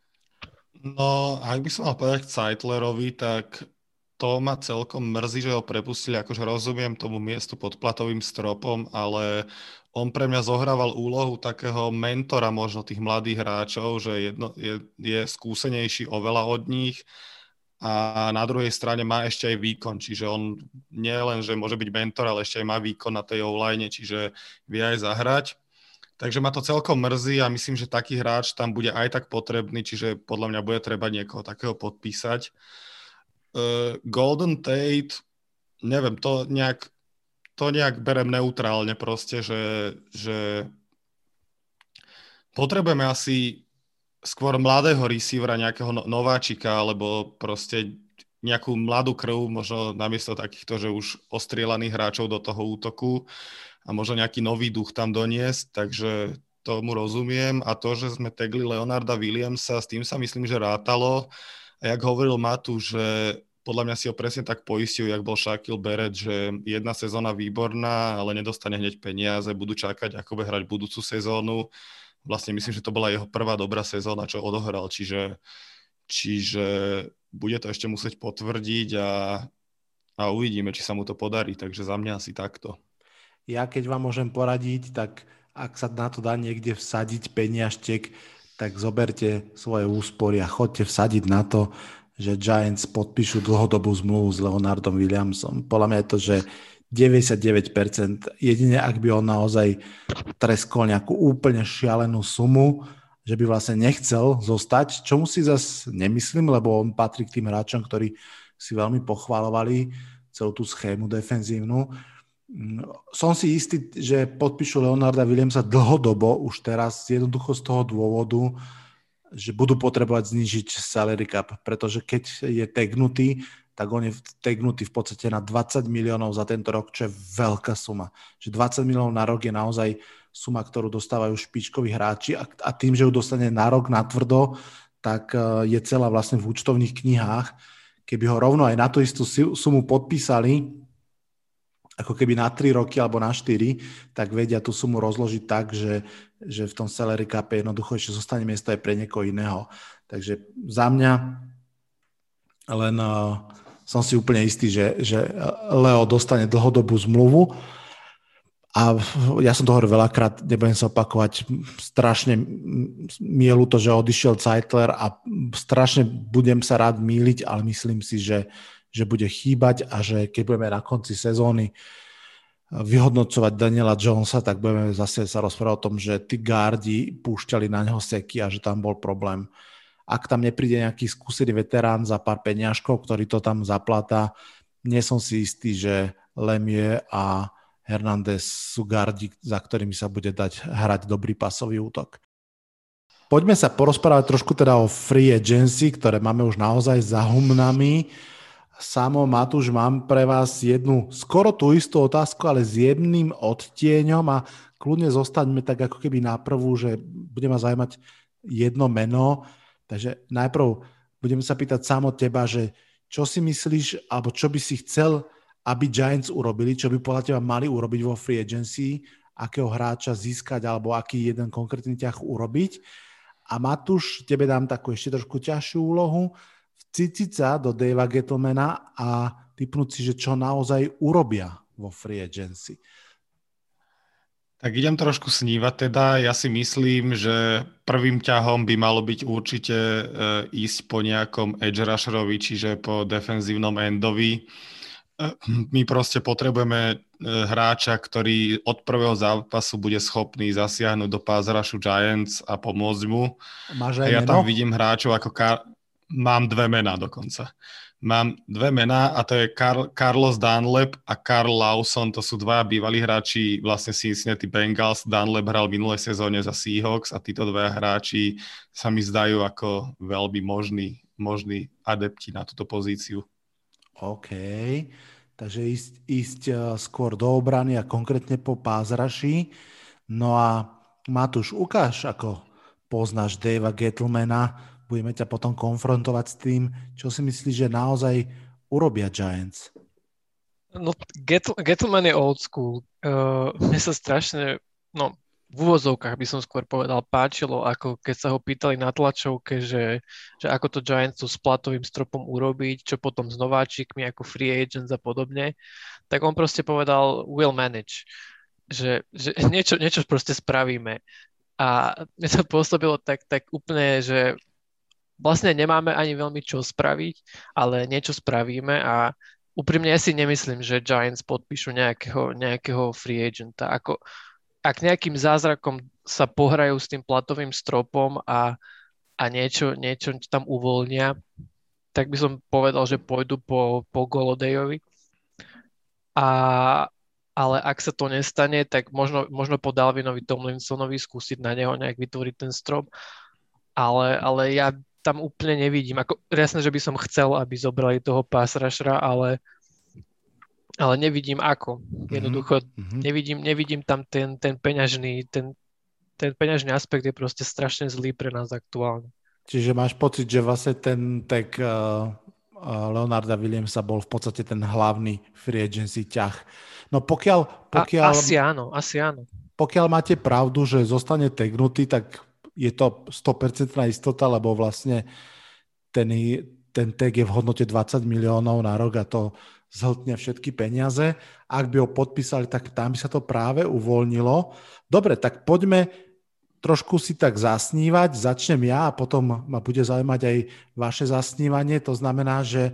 No, ak by som mal povedať k Zeitlerovi, tak to ma celkom mrzí, že ho prepustili, akože rozumiem tomu miestu pod platovým stropom, ale on pre mňa zohrával úlohu takého mentora možno tých mladých hráčov, že jedno, je, je skúsenejší oveľa od nich a na druhej strane má ešte aj výkon, čiže on nie len, že môže byť mentor, ale ešte aj má výkon na tej online, čiže vie aj zahrať. Takže ma to celkom mrzí a myslím, že taký hráč tam bude aj tak potrebný, čiže podľa mňa bude treba niekoho takého podpísať. Uh, Golden Tate, neviem, to nejak, to nejak berem neutrálne proste, že, že potrebujeme asi skôr mladého receivera, nejakého no- nováčika, alebo proste nejakú mladú krv, možno namiesto takýchto, že už ostrielaných hráčov do toho útoku a možno nejaký nový duch tam doniesť, takže tomu rozumiem. A to, že sme tagli Leonarda Williamsa, s tým sa myslím, že rátalo. A jak hovoril Matu, že podľa mňa si ho presne tak poistil, jak bol Shaquille Barrett, že jedna sezóna výborná, ale nedostane hneď peniaze, budú čakať, ako bude hrať budúcu sezónu. Vlastne myslím, že to bola jeho prvá dobrá sezóna, čo odohral, čiže, čiže bude to ešte musieť potvrdiť a, a uvidíme, či sa mu to podarí, takže za mňa asi takto. Ja keď vám môžem poradiť, tak ak sa na to dá niekde vsadiť peniažtek, tak zoberte svoje úspory a choďte vsadiť na to, že Giants podpíšu dlhodobú zmluvu s Leonardom Williamsom. Podľa mňa je to, že deväťdesiatdeväť percent, jedine ak by on naozaj treskol nejakú úplne šialenú sumu, že by vlastne nechcel zostať, čomu si zase nemyslím, lebo on patrí k tým hráčom, ktorí si veľmi pochvalovali celú tú schému defenzívnu. Som si istý, že podpíšu Leonarda Williamsa dlhodobo už teraz, jednoducho z toho dôvodu, že budú potrebovať znížiť salary cap, pretože keď je tagnutý, tak on je tagnutý v podstate na dvadsať miliónov za tento rok, čo je veľká suma. Že dvadsať miliónov na rok je naozaj suma, ktorú dostávajú špičkoví hráči a, a tým, že ju dostane na rok na tvrdo, tak je celá vlastne v účtovných knihách. Keby ho rovno aj na tú istú sumu podpísali, ako keby na tri roky alebo na štyri, tak vedia tú sumu rozložiť tak, že, že v tom salary cape jednoducho ešte zostane miesto aj pre niekoho iného. Takže za mňa len uh, som si úplne istý, že, že Leo dostane dlhodobú zmluvu a ja som to hovoril veľakrát, nebudem sa opakovať, strašne mi je ľúto, že odišiel Zeitler a strašne budem sa rád mýliť, ale myslím si, že že bude chýbať a že keď budeme na konci sezóny vyhodnocovať Daniela Jonesa, tak budeme zase sa rozprávať o tom, že tí gardi púšťali na neho seky a že tam bol problém. Ak tam nepríde nejaký skúsený veterán za pár peňažkov, ktorý to tam zaplatá, nie som si istý, že Lemieux a Hernández sú gardi, za ktorými sa bude dať hrať dobrý pasový útok. Poďme sa porozprávať trošku teda o free agency, ktoré máme už naozaj za humnami. Samo, Matúš, mám pre vás jednu skoro tú istú otázku, ale s jedným odtieňom a kľudne zostaňme tak ako keby na prvú, že bude ma zaujímať jedno meno. Takže najprv budeme sa pýtať samo teba, že čo si myslíš, alebo čo by si chcel, aby Giants urobili, čo by podľa teba mali urobiť vo free agency, akého hráča získať, alebo aký jeden konkrétny ťah urobiť. A Matúš, tebe dám takú ešte trošku ťažšiu úlohu, vcítiť sa do Davea Gettlemana a tipnúť si, že čo naozaj urobia vo free agency. Tak idem trošku snívať teda. Ja si myslím, že prvým ťahom by malo byť určite e, ísť po nejakom edge rusherovi, čiže po defenzívnom endovi. E, my proste potrebujeme e, hráča, ktorý od prvého zápasu bude schopný zasiahnuť do pass rushu Giants a pomôcť mu. Máš aj a ja meno? Tam vidím hráčov ako... Kar- Mám dve mená dokonca. Mám dve mená a to je Carl, Carlos Dunlap a Carl Lawson. To sú dva bývalí hráči vlastne Cincinnati Bengals. Dunlap hral v minulej sezóne za Seahawks a títo dva hráči sa mi zdajú ako veľmi možní, možní adepti na túto pozíciu. OK. Takže ísť, ísť skôr do obrany a konkrétne po pass rushi. No a Matúš, ukáž, ako poznáš Davea Gettlemana. Budeme ťa potom konfrontovať s tým, čo si myslíš, že naozaj urobia Giants. No, Gettleman je old school. Uh, mne sa strašne, no, v úvozovkách by som skôr povedal, páčilo, ako keď sa ho pýtali na tlačovke, že, že ako to Giants s platovým stropom urobiť, čo potom s nováčikmi, ako free agents a podobne, tak on proste povedal, we'll manage. Že, že niečo, niečo proste spravíme. A mne to pôsobilo tak, tak úplne, že vlastne nemáme ani veľmi čo spraviť, ale niečo spravíme a úprimne ja si nemyslím, že Giants podpíšu nejakého, nejakého free agenta. Ako, ak nejakým zázrakom sa pohrajú s tým platovým stropom a, a niečo, niečo tam uvoľnia, tak by som povedal, že pôjdu po, po Golodayovi. A, ale ak sa to nestane, tak možno, možno po Dalvinovi Tomlinsonovi skúsiť na neho nejak vytvoriť ten strop. Ale, ale ja tam úplne nevidím. Ako, jasné, že by som chcel, aby zobrali toho pass rushera, ale, ale nevidím ako. Jednoducho mm-hmm. nevidím, nevidím tam ten, ten peňažný, ten, ten peňažný aspekt je proste strašne zlý pre nás aktuálne. Čiže máš pocit, že vlastne ten tak uh, Leonarda Williamsa bol v podstate ten hlavný free agency ťah. No pokiaľ... pokiaľ A, asi áno, asi áno. Pokiaľ máte pravdu, že zostane tagnutý, tak je to sto percent istota, lebo vlastne ten, ten tag je v hodnote dvadsať miliónov na rok a to zhltne všetky peniaze. Ak by ho podpísali, tak tam by sa to práve uvoľnilo. Dobre, tak poďme trošku si tak zasnívať. Začnem ja a potom ma bude zaujímať aj vaše zasnívanie. To znamená, že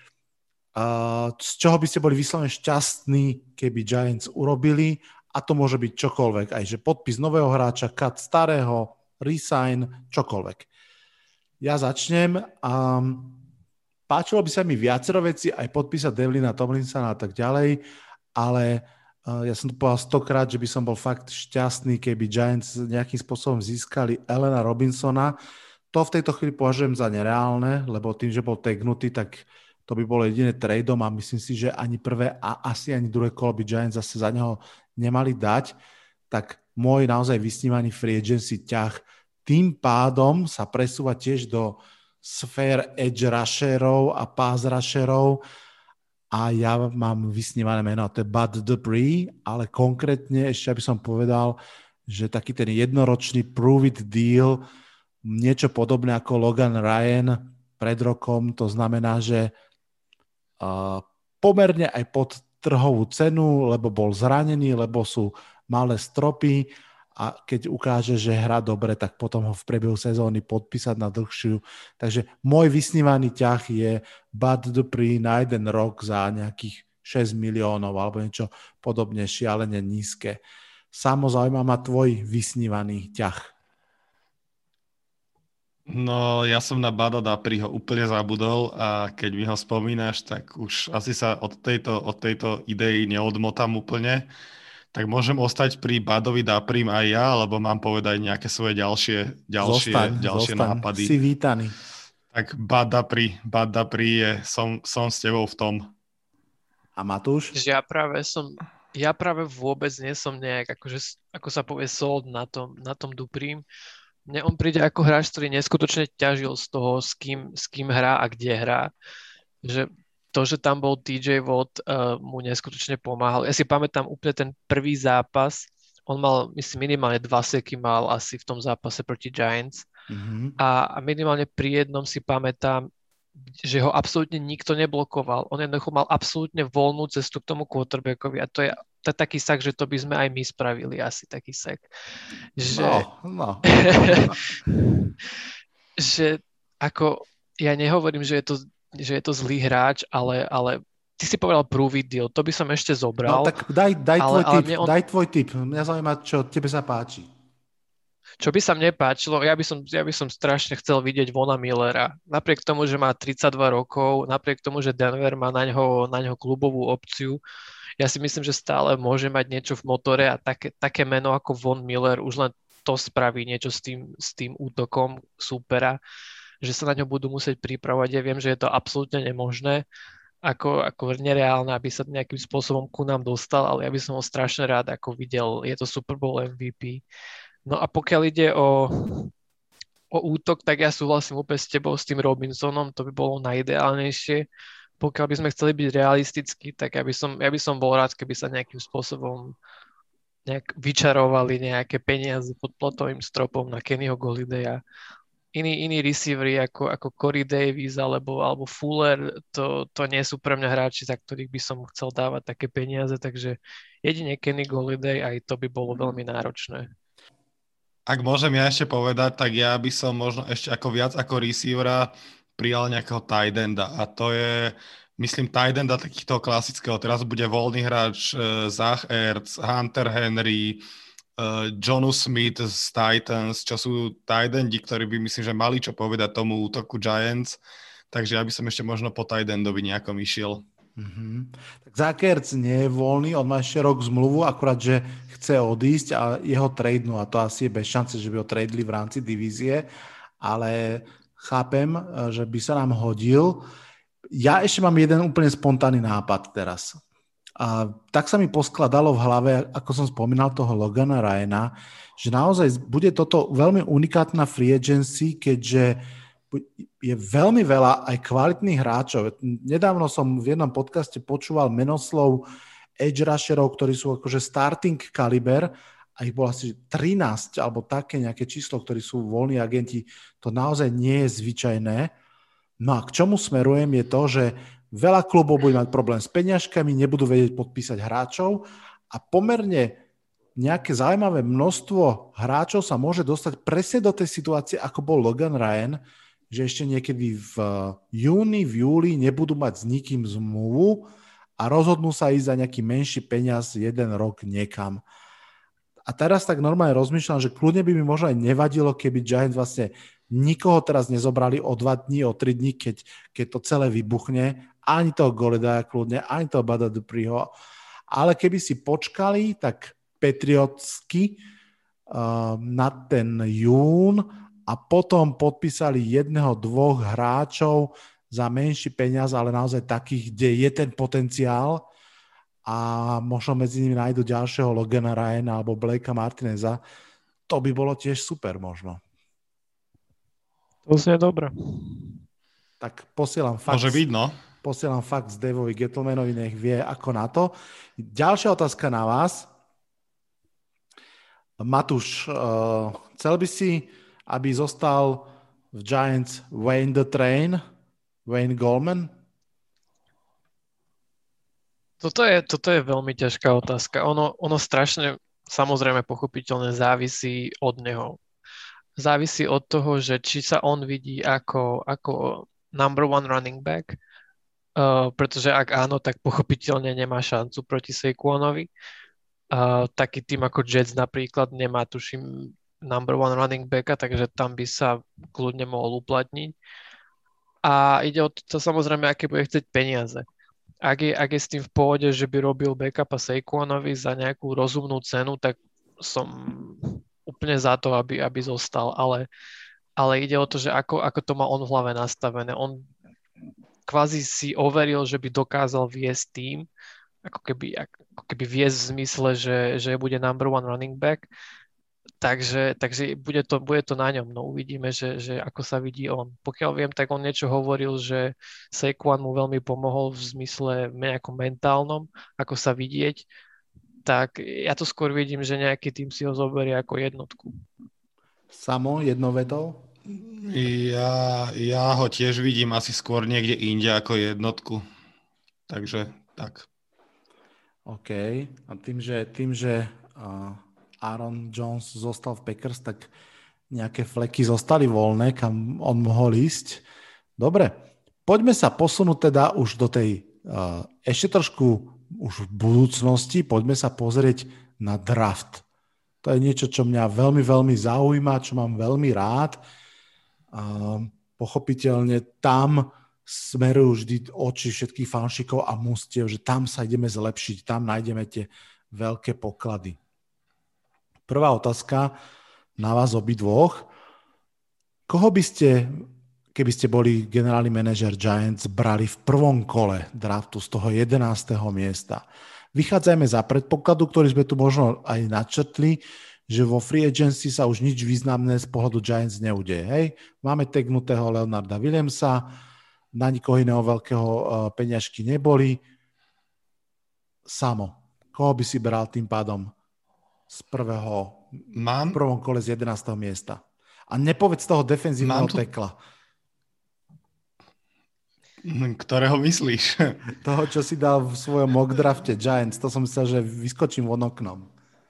uh, z čoho by ste boli vyslovene šťastní, keby Giants urobili, a to môže byť čokoľvek. Aj že podpis nového hráča, cut starého, resign, čokoľvek. Ja začnem. Um, páčilo by sa mi viacero veci, aj podpísať Devlina Tomlinsona a tak ďalej, ale uh, ja som to povedal stokrát, že by som bol fakt šťastný, keby Giants nejakým spôsobom získali Allena Robinsona. To v tejto chvíli považujem za nereálne, lebo tým, že bol tagnutý, tak to by bolo jediné tradeom a myslím si, že ani prvé a asi ani druhé kolo by Giants zase za neho nemali dať. Tak môj naozaj vysnívaný free agency ťah tým pádom sa presúva tiež do sfér edge rusherov a pass rusherov a ja mám vysnívané meno, to je Bud Dupree, ale konkrétne ešte aby som povedal, že taký ten jednoročný prove it deal, niečo podobné ako Logan Ryan pred rokom, to znamená, že uh, pomerne aj pod trhovú cenu, lebo bol zranený, lebo sú malé stropy a keď ukáže, že hrá dobre, tak potom ho v priebehu sezóny podpísať na dlhšiu. Takže môj vysnívaný ťah je Bud Dupree na jeden rok za nejakých šesť miliónov alebo niečo podobne šialene nízke. Samo zaujíma ma tvoj vysnívaný ťah. No, ja som na Bada Dupreeho úplne zabudol a keď mi ho spomínaš, tak už asi sa od tejto, od tejto idei neodmotám úplne. Tak môžem ostať pri Badovi Dupreem aj ja, alebo mám povedať nejaké svoje ďalšie, ďalšie, zostaň, ďalšie zostaň. nápady. Si vítaný. Tak Bad Dupree, Bad Dupree je, som, som s tebou v tom. A Matúš? Ja práve som, ja práve vôbec nie som nejak, akože, ako sa povie, sold na tom, na tom Dupreem. Mne on príde ako hráč, ktorý neskutočne ťažil z toho, s kým, s kým hrá a kde hrá. Že to, že tam bol té jé Watt, uh, mu neskutočne pomáhal. Ja si pamätám úplne ten prvý zápas. On mal, myslím, minimálne dva seky mal asi v tom zápase proti Giants. Mm-hmm. A, a minimálne pri jednom si pamätám, že ho absolútne nikto neblokoval. On jednoducho mal absolútne voľnú cestu k tomu quarterbackovi a to je to je taký sak, že to by sme aj my spravili asi taký sak. Že, no, no. že ako, ja nehovorím, že je to, že je to zlý hráč, ale, ale ty si povedal prove it deal, to by som ešte zobral. No tak daj, daj, ale, tvoj, ale tip, on... daj tvoj tip, mňa zaujíma, čo tebe sa páči. Čo by sa mne páčilo, ja by som, ja by som strašne chcel vidieť Vona Millera. Napriek tomu, že má tridsaťdva rokov, napriek tomu, že Denver má na ňo, na ňo klubovú opciu, ja si myslím, že stále môže mať niečo v motore a také, také meno ako Von Miller už len to spraví niečo s tým, s tým útokom súpera, že sa na ňo budú musieť pripravovať. Ja viem, že je to absolútne nemožné, ako, ako nereálne, aby sa nejakým spôsobom ku nám dostal, ale ja by som ho strašne rád ako videl. Je to Super Bowl em ví pí. No a pokiaľ ide o, o útok, tak ja súhlasím úplne s tebou, s tým Robinsonom, to by bolo najideálnejšie. Pokiaľ by sme chceli byť realistickí, tak ja by som, ja by som bol rád, keby sa nejakým spôsobom nejak vyčarovali nejaké peniaze pod platovým stropom na Kennyho Golladaya. Iní, iní receivery ako, ako Corey Davis alebo, alebo Fuller, to, to nie sú pre mňa hráči, za ktorých by som chcel dávať také peniaze, takže jedine Kenny Golladay, aj to by bolo veľmi náročné. Ak môžem ja ešte povedať, tak ja by som možno ešte ako viac ako receivera prijal nejakého tight enda a to je, myslím, tight enda takýchto klasického. Teraz bude voľný hráč uh, Zach Ertz, Hunter Henry, uh, Jonu Smith z Titans, čo sú tight endi, ktorí by, myslím, že mali čo povedať tomu útoku Giants. Takže ja by som ešte možno po tight endovi nejakom išiel. Mm-hmm. Tak Zach Ertz nie je voľný, on má ešte rok zmluvu, akurát, že chce odísť a jeho tradenú a to asi je bez šance, že by ho tradeli v rámci divízie, ale chápem, že by sa nám hodil. Ja ešte mám jeden úplne spontánny nápad teraz. A tak sa mi poskladalo v hlave, ako som spomínal toho Logana Ryana, že naozaj bude toto veľmi unikátna free agency, keďže je veľmi veľa aj kvalitných hráčov. Nedávno som v jednom podcaste počúval menoslov edge rusherov, ktorí sú akože starting kaliber, a ich bolo asi trinásť alebo také nejaké číslo, ktorí sú voľní agenti, to naozaj nie je zvyčajné. No a k čomu smerujem je to, že veľa klubov bude mať problém s peniažkami, nebudú vedieť podpísať hráčov a pomerne nejaké zaujímavé množstvo hráčov sa môže dostať presne do tej situácie, ako bol Logan Ryan, že ešte niekedy v júni, v júli nebudú mať s nikým zmluvu a rozhodnú sa ísť za nejaký menší peniaz jeden rok niekam. A teraz tak normálne rozmýšľam, že kľudne by mi možno aj nevadilo, keby Giants vlastne nikoho teraz nezobrali o dva dní, o tri dní, keď, keď to celé vybuchne. Ani toho Golladaya kľudne, ani toho Bada Dupreeho. Ale keby si počkali, tak patriotsky uh, na ten jún a potom podpísali jedného, dvoch hráčov za menší peniaz, ale naozaj takých, kde je ten potenciál a možno medzi nimi nájdu ďalšieho Logana Ryana alebo Blakea Martineza, to by bolo tiež super možno. To znie dobre. Tak posielam fax. Môže byť, no. Posielam fax Daveovi Gettlemanovi, nech vie ako na to. Ďalšia otázka na vás. Matúš, uh, chcel by si, aby zostal v Giants Wayne the Train, Wayne Goldman? Toto je, toto je veľmi ťažká otázka. Ono, ono strašne, samozrejme pochopiteľne závisí od neho. Závisí od toho, že či sa on vidí ako, ako number one running back, uh, pretože ak áno, tak pochopiteľne nemá šancu proti Saquonovi. Uh, taký tým ako Jets napríklad nemá, tuším, number one running backa, takže tam by sa kľudne mohol uplatniť. A ide o to samozrejme, aké bude chcieť peniaze. Ak je, ak je s tým v pohode, že by robil backupa Saquonovi za nejakú rozumnú cenu, tak som úplne za to, aby, aby zostal. Ale, ale ide o to, že ako, ako to má on v hlave nastavené. On kvázi si overil, že by dokázal viesť tým, ako keby, ako keby viesť v zmysle, že, že bude number one running back. Takže, takže bude, to, bude to na ňom. No uvidíme, že, že ako sa vidí on. Pokiaľ viem, tak on niečo hovoril, že Saquon mu veľmi pomohol v zmysle nejakom mentálnom, ako sa vidieť. Tak ja to skôr vidím, že nejaký tým si ho zoberie ako jednotku. Samo, jednou vetou? Ja, ja ho tiež vidím asi skôr niekde inde ako jednotku. Takže tak. OK. A tým, že, tým, že uh, Aaron Jones zostal v Packers, tak nejaké fleky zostali voľné, kam on mohol ísť. Dobre, poďme sa posunúť teda už do tej uh, ešte trošku už v budúcnosti, poďme sa pozrieť na draft. To je niečo, čo mňa veľmi, veľmi zaujíma, čo mám veľmi rád. Uh, pochopiteľne tam smerujú vždy oči všetkých fanšikov a mustiev, že tam sa ideme zlepšiť, tam nájdeme tie veľké poklady. Prvá otázka na vás obidvoch. Koho by ste, keby ste boli generálny manažer Giants, brali v prvom kole draftu z toho jedenásteho miesta? Vychádzajme za predpokladu, ktorý sme tu možno aj načrtli, že vo free agency sa už nič významné z pohľadu Giants neudeje. Hej? Máme tagnutého Leonarda Williamsa, na nikoho iného veľkého uh, peňažky neboli. Samo, koho by si bral tým pádom z prvého, Mám... v prvom kole z jedenásteho miesta? A nepovedz toho defenzívneho tu... tekla. Ktorého myslíš? Toho, čo si dal v svojom mock drafte Giants. To som myslel, že vyskočím von oknom.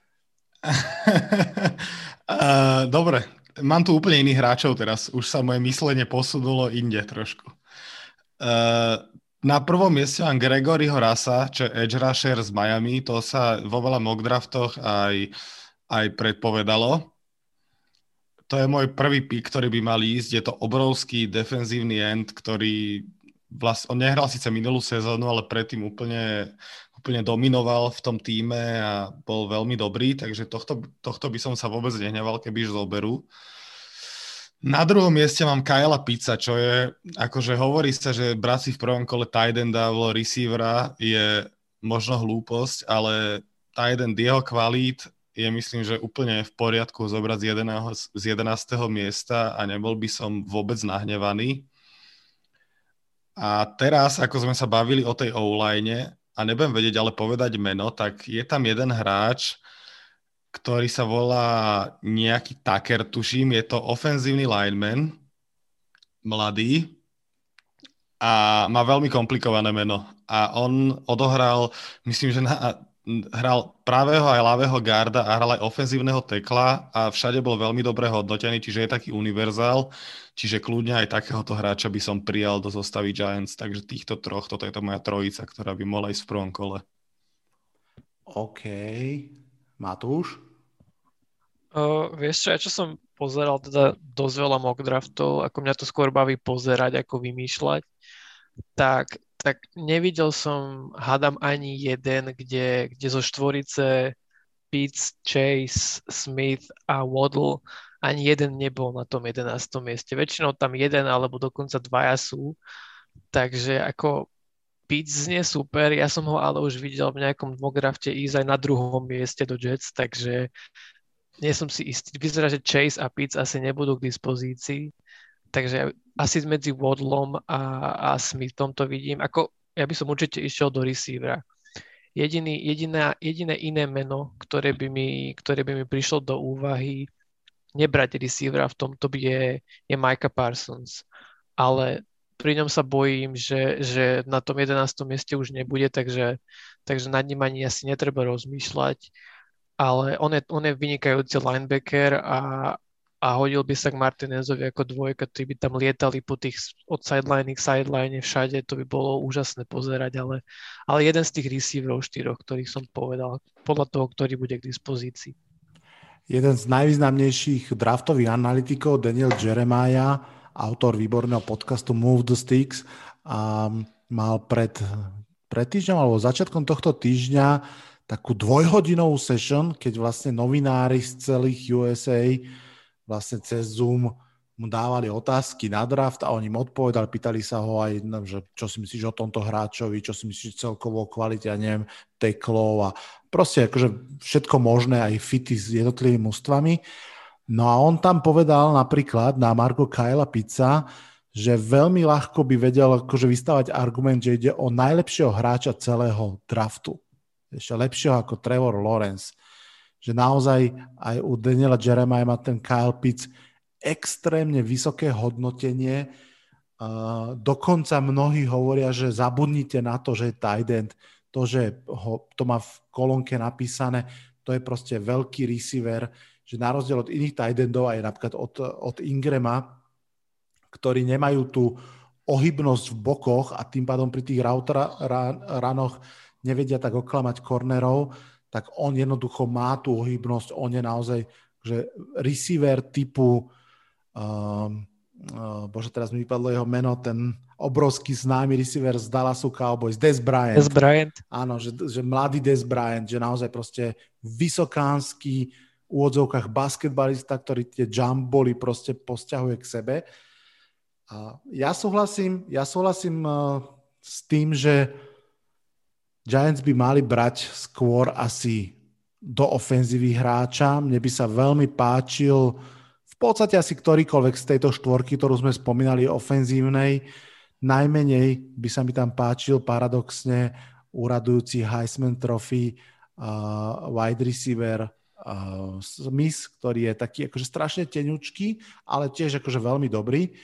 uh, dobre, mám tu úplne iných hráčov teraz. Už sa moje myslenie posunulo inde trošku. Uh, na prvom mieste mám Gregoryho Russa, čo je edge rusher z Miami. To sa vo veľa mock draftoch aj, aj predpovedalo. To je môj prvý pick, ktorý by mal ísť. Je to obrovský defenzívny end, ktorý vlastne, on nehral síce minulú sezónu, ale predtým úplne, úplne dominoval v tom tíme a bol veľmi dobrý, takže tohto, tohto by som sa vôbec nehneval, keby už zoberú. Na druhom mieste mám Kyla Pitsa, čo je, akože hovorí sa, že brať si v prvom kole tight enda alebo receivera je možno hlúposť, ale tight end jeho kvalít je, myslím, že úplne v poriadku zobrať z, jedeného, z jedenásteho miesta a nebol by som vôbec nahnevaný. A teraz, ako sme sa bavili o tej O-line a nebudem vedieť ale povedať meno, tak je tam jeden hráč, ktorý sa volá nejaký Tucker, tuším, je to ofenzívny lineman, mladý a má veľmi komplikované meno. A on odohral, myslím, že na, hral pravého aj ľavého garda a hral aj ofenzívneho tekla a všade bol veľmi dobre hodnotený, čiže je taký univerzál, čiže kľudne aj takéhoto hráča by som prijal do zostavy Giants, takže týchto troch, toto je to moja trojica, ktorá by mohla ísť v prvom kole. OK. Matúš? Uh, vieš čo, ja čo som pozeral teda dosť veľa mock draftov, ako mňa to skôr baví pozerať, ako vymýšľať, tak, tak nevidel som, hádam, ani jeden, kde, kde zo štvorice Pitts, Chase, Smith a Waddle ani jeden nebol na tom jedenástom mieste. Väčšinou tam jeden alebo dokonca dvaja sú, takže ako Pitts znie super, ja som ho ale už videl v nejakom mockdrafte ísť aj na druhom mieste do Jets, takže nie som si istý. Vyzerá, že Chase a Pitts asi nebudú k dispozícii, takže asi medzi Waddlom a, a Smithom to vidím. Ako, ja by som určite išiel do receivera. Jediný, jediná, jediné iné meno, ktoré by, mi, ktoré by mi prišlo do úvahy, nebrať receivera v tomto je, je Micah Parsons. Ale pri ňom sa bojím, že, že na tom jedenástom mieste už nebude, takže, takže nad ním ani asi netreba rozmýšľať. Ale on je, on je vynikajúci linebacker a, a hodil by sa k Martinezovi ako dvojka, ktorí by tam lietali po tých od sideline k sideline všade, to by bolo úžasné pozerať, ale, ale jeden z tých receiverov štyroch, ktorých som povedal, podľa toho, ktorý bude k dispozícii. Jeden z najvýznamnejších draftových analytikov, Daniel Jeremiah, autor výborného podcastu Move the Sticks, a mal pred, pred týždňom alebo začiatkom tohto týždňa takú dvojhodinovú session, keď vlastne novinári z celých U S A vlastne cez Zoom mu dávali otázky na draft a oni im odpovedali, pýtali sa ho aj, že čo si myslíš o tomto hráčovi, čo si myslíš celkovo o kvalite, ja neviem, teklov a proste akože všetko možné, aj fity s jednotlivými mužstvami. No a on tam povedal napríklad na margo Kyla Pittsa, že veľmi ľahko by vedel akože vystavať argument, že ide o najlepšieho hráča celého draftu. Ešte lepšieho ako Trevor Lawrence. Že naozaj aj u Daniela Jeremiah má ten Kyle Pitts extrémne vysoké hodnotenie. Uh, dokonca mnohí hovoria, že zabudnite na to, že je tight end. To, že ho, to má v kolónke napísané, to je proste veľký receiver, že na rozdiel od iných tight endov, aj napríklad od, od Ingrama, ktorí nemajú tú ohybnosť v bokoch a tým pádom pri tých route runoch nevedia tak oklamať kornerov, tak on jednoducho má tú ohybnosť, on je naozaj že receiver typu um, uh, bože, teraz mi vypadlo jeho meno, ten obrovský známy receiver z Dallasu Cowboys, Dez Bryant. Dez Bryant. Áno, že, že mladý Dez Bryant, že naozaj proste vysokánsky v úvodzovkách basketbalista, ktorý tie jump bally proste posťahuje k sebe. A ja súhlasím, ja súhlasím uh, s tým, že Giants by mali brať skôr asi do ofenzívy hráča. Mne by sa veľmi páčil v podstate asi ktorýkoľvek z tejto štvorky, ktorú sme spomínali, ofenzívnej. Najmenej by sa mi tam páčil paradoxne úradujúci Heisman Trophy uh, wide receiver Uh, Smith, ktorý je taký akože strašne teňučký, ale tiež akože veľmi dobrý.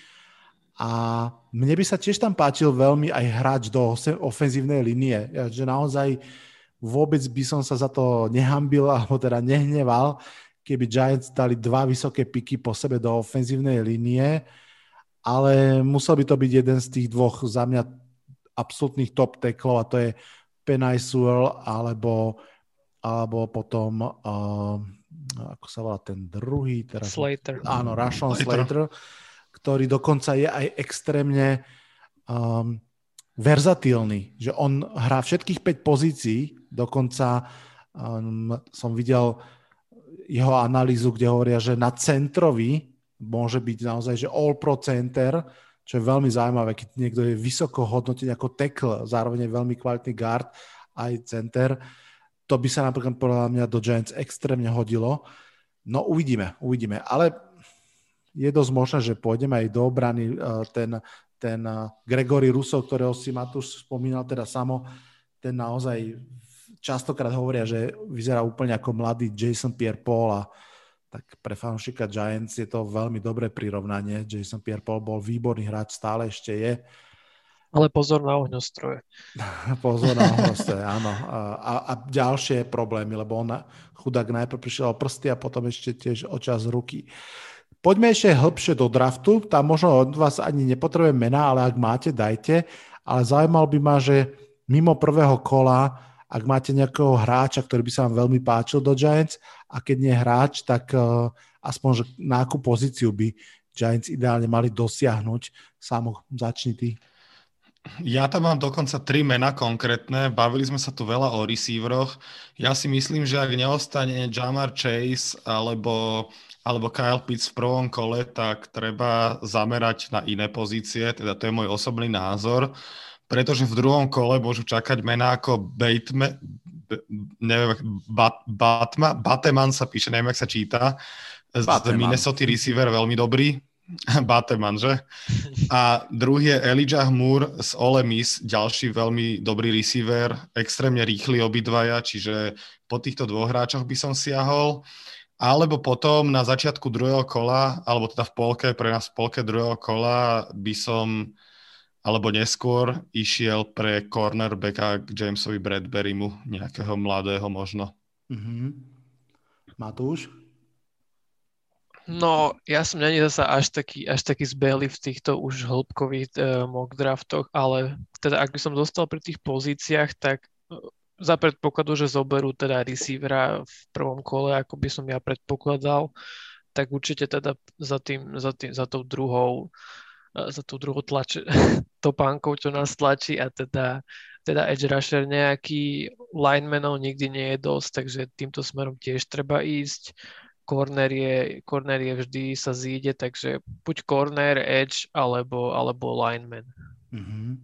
A mne by sa tiež tam páčil veľmi aj hráč do ofenzívnej línie, že naozaj vôbec by som sa za to nehambil alebo teda nehneval, keby Giants dali dva vysoké piky po sebe do ofenzívnej línie, ale musel by to byť jeden z tých dvoch za mňa absolútnych top tacklov a to je Penei Sewell alebo alebo potom, uh, ako sa volá ten druhý? Teraz, Slater. Áno, Rashawn Slater, ktorý dokonca je aj extrémne um, verzatilný, že on hrá všetkých päť pozícií, dokonca um, som videl jeho analýzu, kde hovoria, že na centrovi môže byť naozaj, že all-pro center, čo je veľmi zaujímavé, keď niekto je vysoko hodnotený ako tackle, zároveň je veľmi kvalitný guard, aj center. To by sa napríklad podľa mňa do Giants extrémne hodilo. No uvidíme, uvidíme. Ale je dosť možné, že pôjdeme aj do obrany. Ten, ten Gregory Rousseau, ktorého si Matúš spomínal teda samo, ten naozaj častokrát hovoria, že vyzerá úplne ako mladý Jason Pierre-Paul a tak pre fanúšika Giants je to veľmi dobré prirovnanie. Jason Pierre-Paul bol výborný hráč, stále ešte je. Ale pozor na ohňostroje. Pozor na ohňostroje, áno. A, a ďalšie problémy, lebo on chudák najprv prišiel o prsty a potom ešte tiež o čas ruky. Poďme ešte hĺbšie do draftu. Tam možno od vás ani nepotrebujem mená, ale ak máte, dajte. Ale zaujímal by ma, že mimo prvého kola, ak máte nejakého hráča, ktorý by sa vám veľmi páčil do Giants, a keď nie hráč, tak uh, aspoň, že na akú pozíciu by Giants ideálne mali dosiahnuť. Samo, začni ty. Ja tam mám dokonca tri mená konkrétne. Bavili sme sa tu veľa o receiveroch. Ja si myslím, že ak neostane Ja'Marr Chase alebo alebo Kyle Pitts v prvom kole, tak treba zamerať na iné pozície, teda to je môj osobný názor, pretože v druhom kole môžu čakať mená ako Bateman, neviem, Bat, Batman, Bateman sa píše, neviem, jak sa číta, z Bateman. Minnesota receiver, veľmi dobrý, Bateman, že? A druhý je Elijah Moore z Ole Miss, ďalší veľmi dobrý receiver, extrémne rýchly obidvaja, čiže po týchto dvoch hráčoch by som siahol. Alebo potom na začiatku druhého kola, alebo teda v polke, pre nás v polke druhého kola by som, alebo neskôr išiel pre cornerbacka k Jamesovi Bradburymu, nejakého mladého možno. Mm-hmm. Matúš? No, ja som není zasa až taký, až taký zbehli v týchto už hĺbkových uh, mock draftoch, ale teda ak by som dostal pri tých pozíciách, tak uh, za predpokladu, že zoberú teda receivera v prvom kole, ako by som ja predpokladal, tak určite teda za tým, za tým, za tou druhou, za tou druhou tlač, topánkou, čo nás tlačí a teda, teda edge rusher nejaký, linemanov nikdy nie je dosť, takže týmto smerom tiež treba ísť. Corner je, corner je vždy sa zíde, takže buď corner, edge, alebo, alebo lineman. Mm-hmm.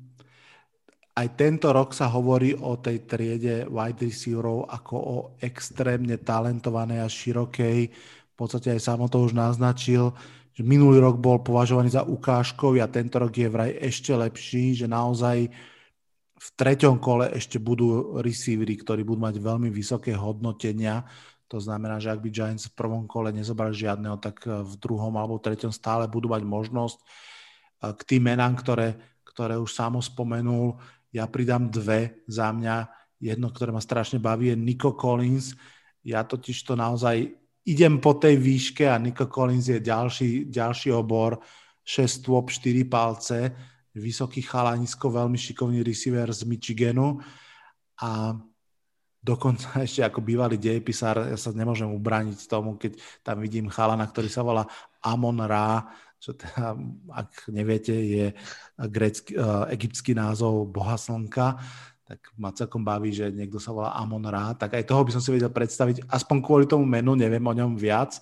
Aj tento rok sa hovorí o tej triede wide receiverov ako o extrémne talentovanej a širokej. V podstate aj Samo to už naznačil, že minulý rok bol považovaný za ukážkový a tento rok je vraj ešte lepší, že naozaj v treťom kole ešte budú receivery, ktorí budú mať veľmi vysoké hodnotenia. To znamená, že ak by Giants v prvom kole nezobrali žiadneho, tak v druhom alebo treťom stále budú mať možnosť. K tým menám, ktoré, ktoré už Samo spomenul, ja pridám dve za mňa. Jedno, ktoré ma strašne baví, je Nico Collins. Ja totiž to naozaj idem po tej výške a Nico Collins je ďalší, ďalší obor. šesť stôp, štyri palce. Vysoký chalanisko, veľmi šikovný receiver z Michiganu. A dokonca ešte ako bývalý dejepisár, ja sa nemôžem ubrániť tomu, keď tam vidím chalana, ktorý sa volá Amon Ra, čo teda, ak neviete, je grécky, uh, egyptský názov boha slnka, tak ma celkom baví, že niekto sa volá Amon Ra, tak aj toho by som si vedel predstaviť, aspoň kvôli tomu menu, neviem o ňom viac.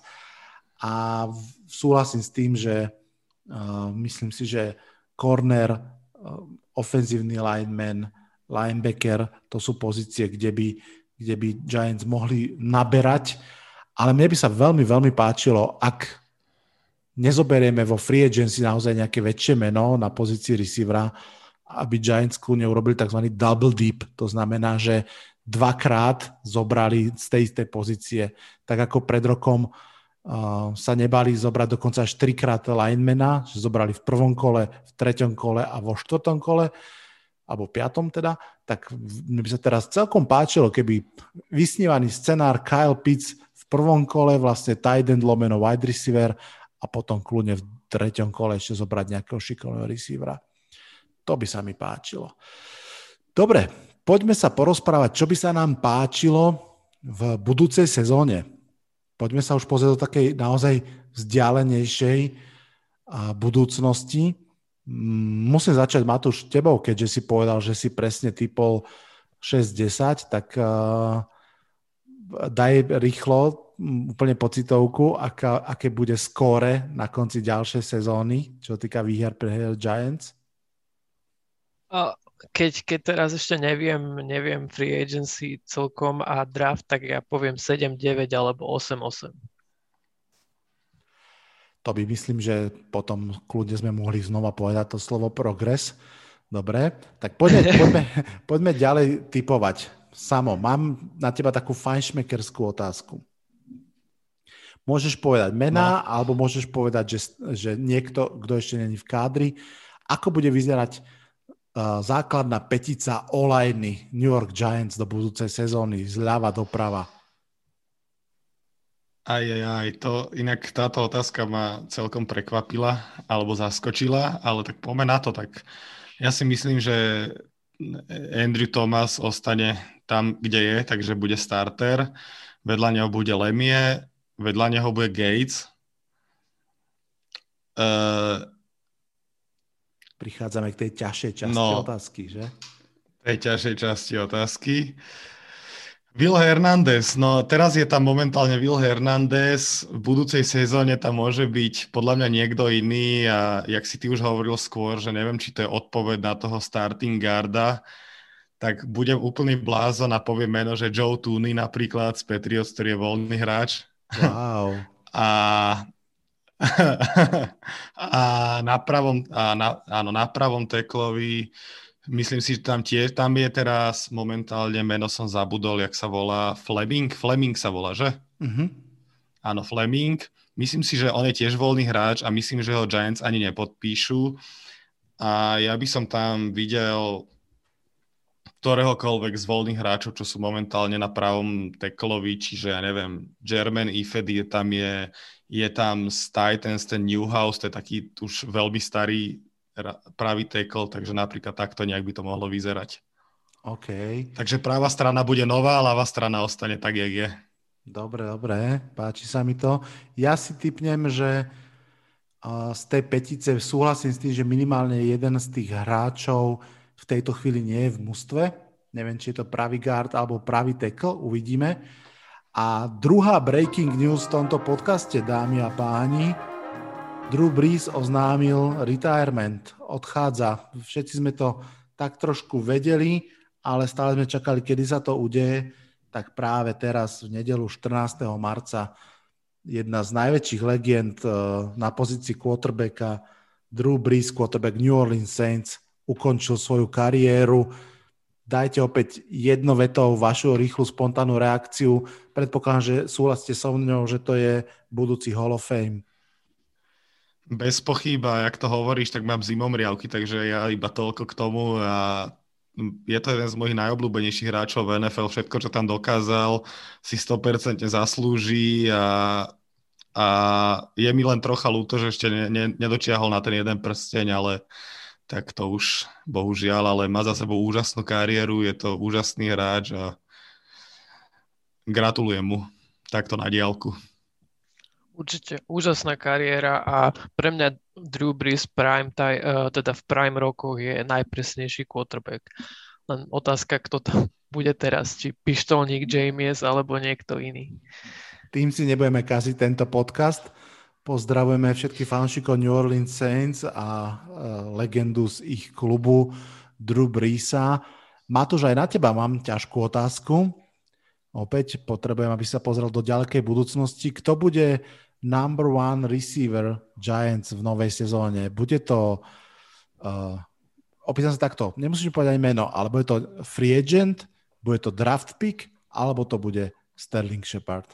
A súhlasím s tým, že uh, myslím si, že corner, uh, ofenzívny lineman, linebacker, to sú pozície, kde by, kde by Giants mohli naberať, ale mne by sa veľmi, veľmi páčilo, ak nezoberieme vo free agency naozaj nejaké väčšie meno na pozícii receivera, aby Giants kľudne urobili tzv. Double deep. To znamená, že dvakrát zobrali z tej istej pozície. Tak ako pred rokom uh, sa nebali zobrať dokonca až trikrát linemana, že zobrali v prvom kole, v treťom kole a vo štvrtom kole, alebo piatom teda, tak mne by sa teraz celkom páčilo, keby vysnívaný scenár Kyle Pitts v prvom kole vlastne tight end lomeno wide receiver a potom kľudne v treťom kole ešte zobrať nejakého šikovného receivera. To by sa mi páčilo. Dobre, poďme sa porozprávať, čo by sa nám páčilo v budúcej sezóne. Poďme sa už pozrieť do takej naozaj vzdialenejšej budúcnosti. Musím začať, Matúš, tebou, keďže si povedal, že si presne typol šesť desať, tak uh, daj rýchlo úplne pocitovku, aká, aké bude skóre na konci ďalšej sezóny, čo týka výher pre Giants? Keď, keď teraz ešte neviem, neviem free agency celkom a draft, tak ja poviem sedem deväť alebo osem osem. To by myslím, že potom kľudne sme mohli znova povedať to slovo progres. Dobre, tak poďme, poďme, poďme ďalej tipovať. Samo, mám na teba takú fajnšmekerskú otázku. Môžeš povedať mená, no. Alebo môžeš povedať, že, že niekto, kto ešte není v kádri. Ako bude vyzerať uh, základná petica O-line New York Giants do budúcej sezóny, zľava doprava? Aj, aj, aj, to, inak táto otázka ma celkom prekvapila, alebo zaskočila, ale tak poďme na to, tak ja si myslím, že Andrew Thomas ostane tam, kde je, takže bude starter, vedľa neho bude Lemie, vedľa neho bude Gates. Uh, Prichádzame k tej ťažšej časti no, otázky, že? Tej ťažšej časti otázky. Will Hernandez, no teraz je tam momentálne Will Hernandez, v budúcej sezóne tam môže byť podľa mňa niekto iný a jak si ty už hovoril skôr, že neviem, či to je odpoveď na toho starting guarda, tak budem úplný blázon a poviem meno, že Joe Tooney napríklad z Patriots, ktorý je voľný hráč. Wow. a a na pravom, a na, áno, na pravom teklovi myslím si, že tam tiež, tam je teraz momentálne, meno som zabudol, jak sa volá, Fleming, Fleming sa volá, že? Uh-huh. Áno, Fleming. Myslím si, že on je tiež voľný hráč a myslím, že ho Giants ani nepodpíšu. A ja by som tam videl ktoréhokoľvek z voľných hráčov, čo sú momentálne na pravom teklovi, čiže ja neviem, Jermaine Ifed je tam, je, je tam z Titans, ten Newhouse, to je taký už veľmi starý pravý tackle, takže napríklad takto nejak by to mohlo vyzerať. OK. Takže práva strana bude nová, a ľavá strana ostane tak, jak je. Dobre, dobre, páči sa mi to. Ja si tipnem, že z tej petice súhlasím s tým, že minimálne jeden z tých hráčov v tejto chvíli nie je v mužstve. Neviem, či je to pravý guard alebo pravý tackle, uvidíme. A druhá breaking news v tomto podcaste, dámy a páni, Drew Brees oznámil retirement, odchádza. Všetci sme to tak trošku vedeli, ale stále sme čakali, kedy sa to udeje. Tak práve teraz, v nedeľu štrnásteho marca, jedna z najväčších legend na pozícii quarterbacka, Drew Brees, quarterback New Orleans Saints, ukončil svoju kariéru. Dajte opäť jednovetou vašu rýchlu spontánnu reakciu. Predpokladám, že súhlasíte so mnou, že to je budúci Hall of Fame. Bez pochyba, jak to hovoríš, tak mám zimomriavky, takže ja iba toľko k tomu a je to jeden z mojich najobľúbenejších hráčov v en ef el. Všetko, čo tam dokázal, si sto percent zaslúži a, a je mi len trocha ľúto, že ešte ne, ne, nedočiahol na ten jeden prsteň, ale tak to už bohužiaľ, ale má za sebou úžasnú kariéru, je to úžasný hráč a gratulujem mu takto na diaľku. Určite úžasná kariéra a pre mňa Drew Brees prime, taj, uh, teda v prime rokoch je najpresnejší quarterback. Len otázka, kto tam bude teraz, či pištolník Jamies alebo niekto iný. Tým si nebudeme kaziť tento podcast. Pozdravujeme všetkých fanúšikov New Orleans Saints a uh, legendu z ich klubu Drew Breesa. Matúš, aj na teba mám ťažkú otázku. Opäť potrebujem, aby sa pozrel do ďalekej budúcnosti. Kto bude number one receiver Giants v novej sezóne? Bude to, uh, opýtam sa takto, nemusíš povedať meno, ale bude to free agent, bude to draft pick, alebo to bude Sterling Shepard?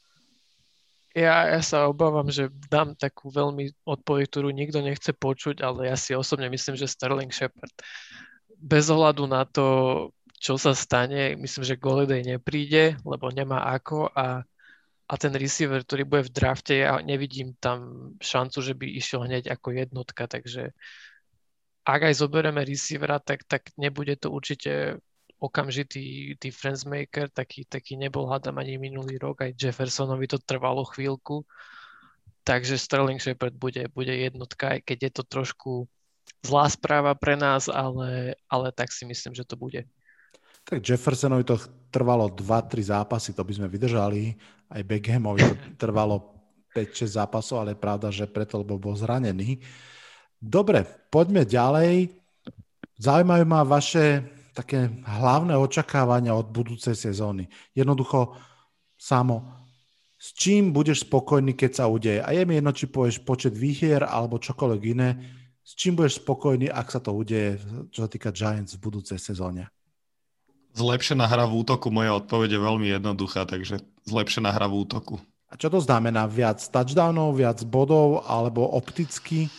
Ja, ja sa obávam, že dám takú veľmi odpoveď, ktorú nikto nechce počuť, ale ja si osobne myslím, že Sterling Shepard. Bez ohľadu na to, čo sa stane, myslím, že Golladay nepríde, lebo nemá ako a, a ten receiver, ktorý bude v drafte, ja nevidím tam šancu, že by išiel hneď ako jednotka, takže ak aj zoberieme receivera, tak, tak nebude to určite okamžitý difference maker, taký, taký nebol hádam ani minulý rok, aj Jeffersonovi to trvalo chvíľku, takže Sterling Shepard bude, bude jednotka, aj keď je to trošku zlá správa pre nás, ale, ale tak si myslím, že to bude. Tak Jeffersonovi to trvalo dva tri zápasy, to by sme vydržali. Aj Beckhamovi to trvalo päť šesť zápasov, ale je pravda, že preto, lebo bol zranený. Dobre, poďme ďalej. Zaujímajú ma vaše také hlavné očakávania od budúcej sezóny. Jednoducho, Samo, s čím budeš spokojný, keď sa udeje? A je mi jedno, či povieš počet výhier alebo čokoľvek iné. S čím budeš spokojný, ak sa to udeje, čo sa týka Giants v budúcej sezóne? Zlepšená hra v útoku, moja odpoveď je veľmi jednoduchá, takže zlepšená hra v útoku. A čo to znamená? Viac touchdownov, viac bodov alebo opticky?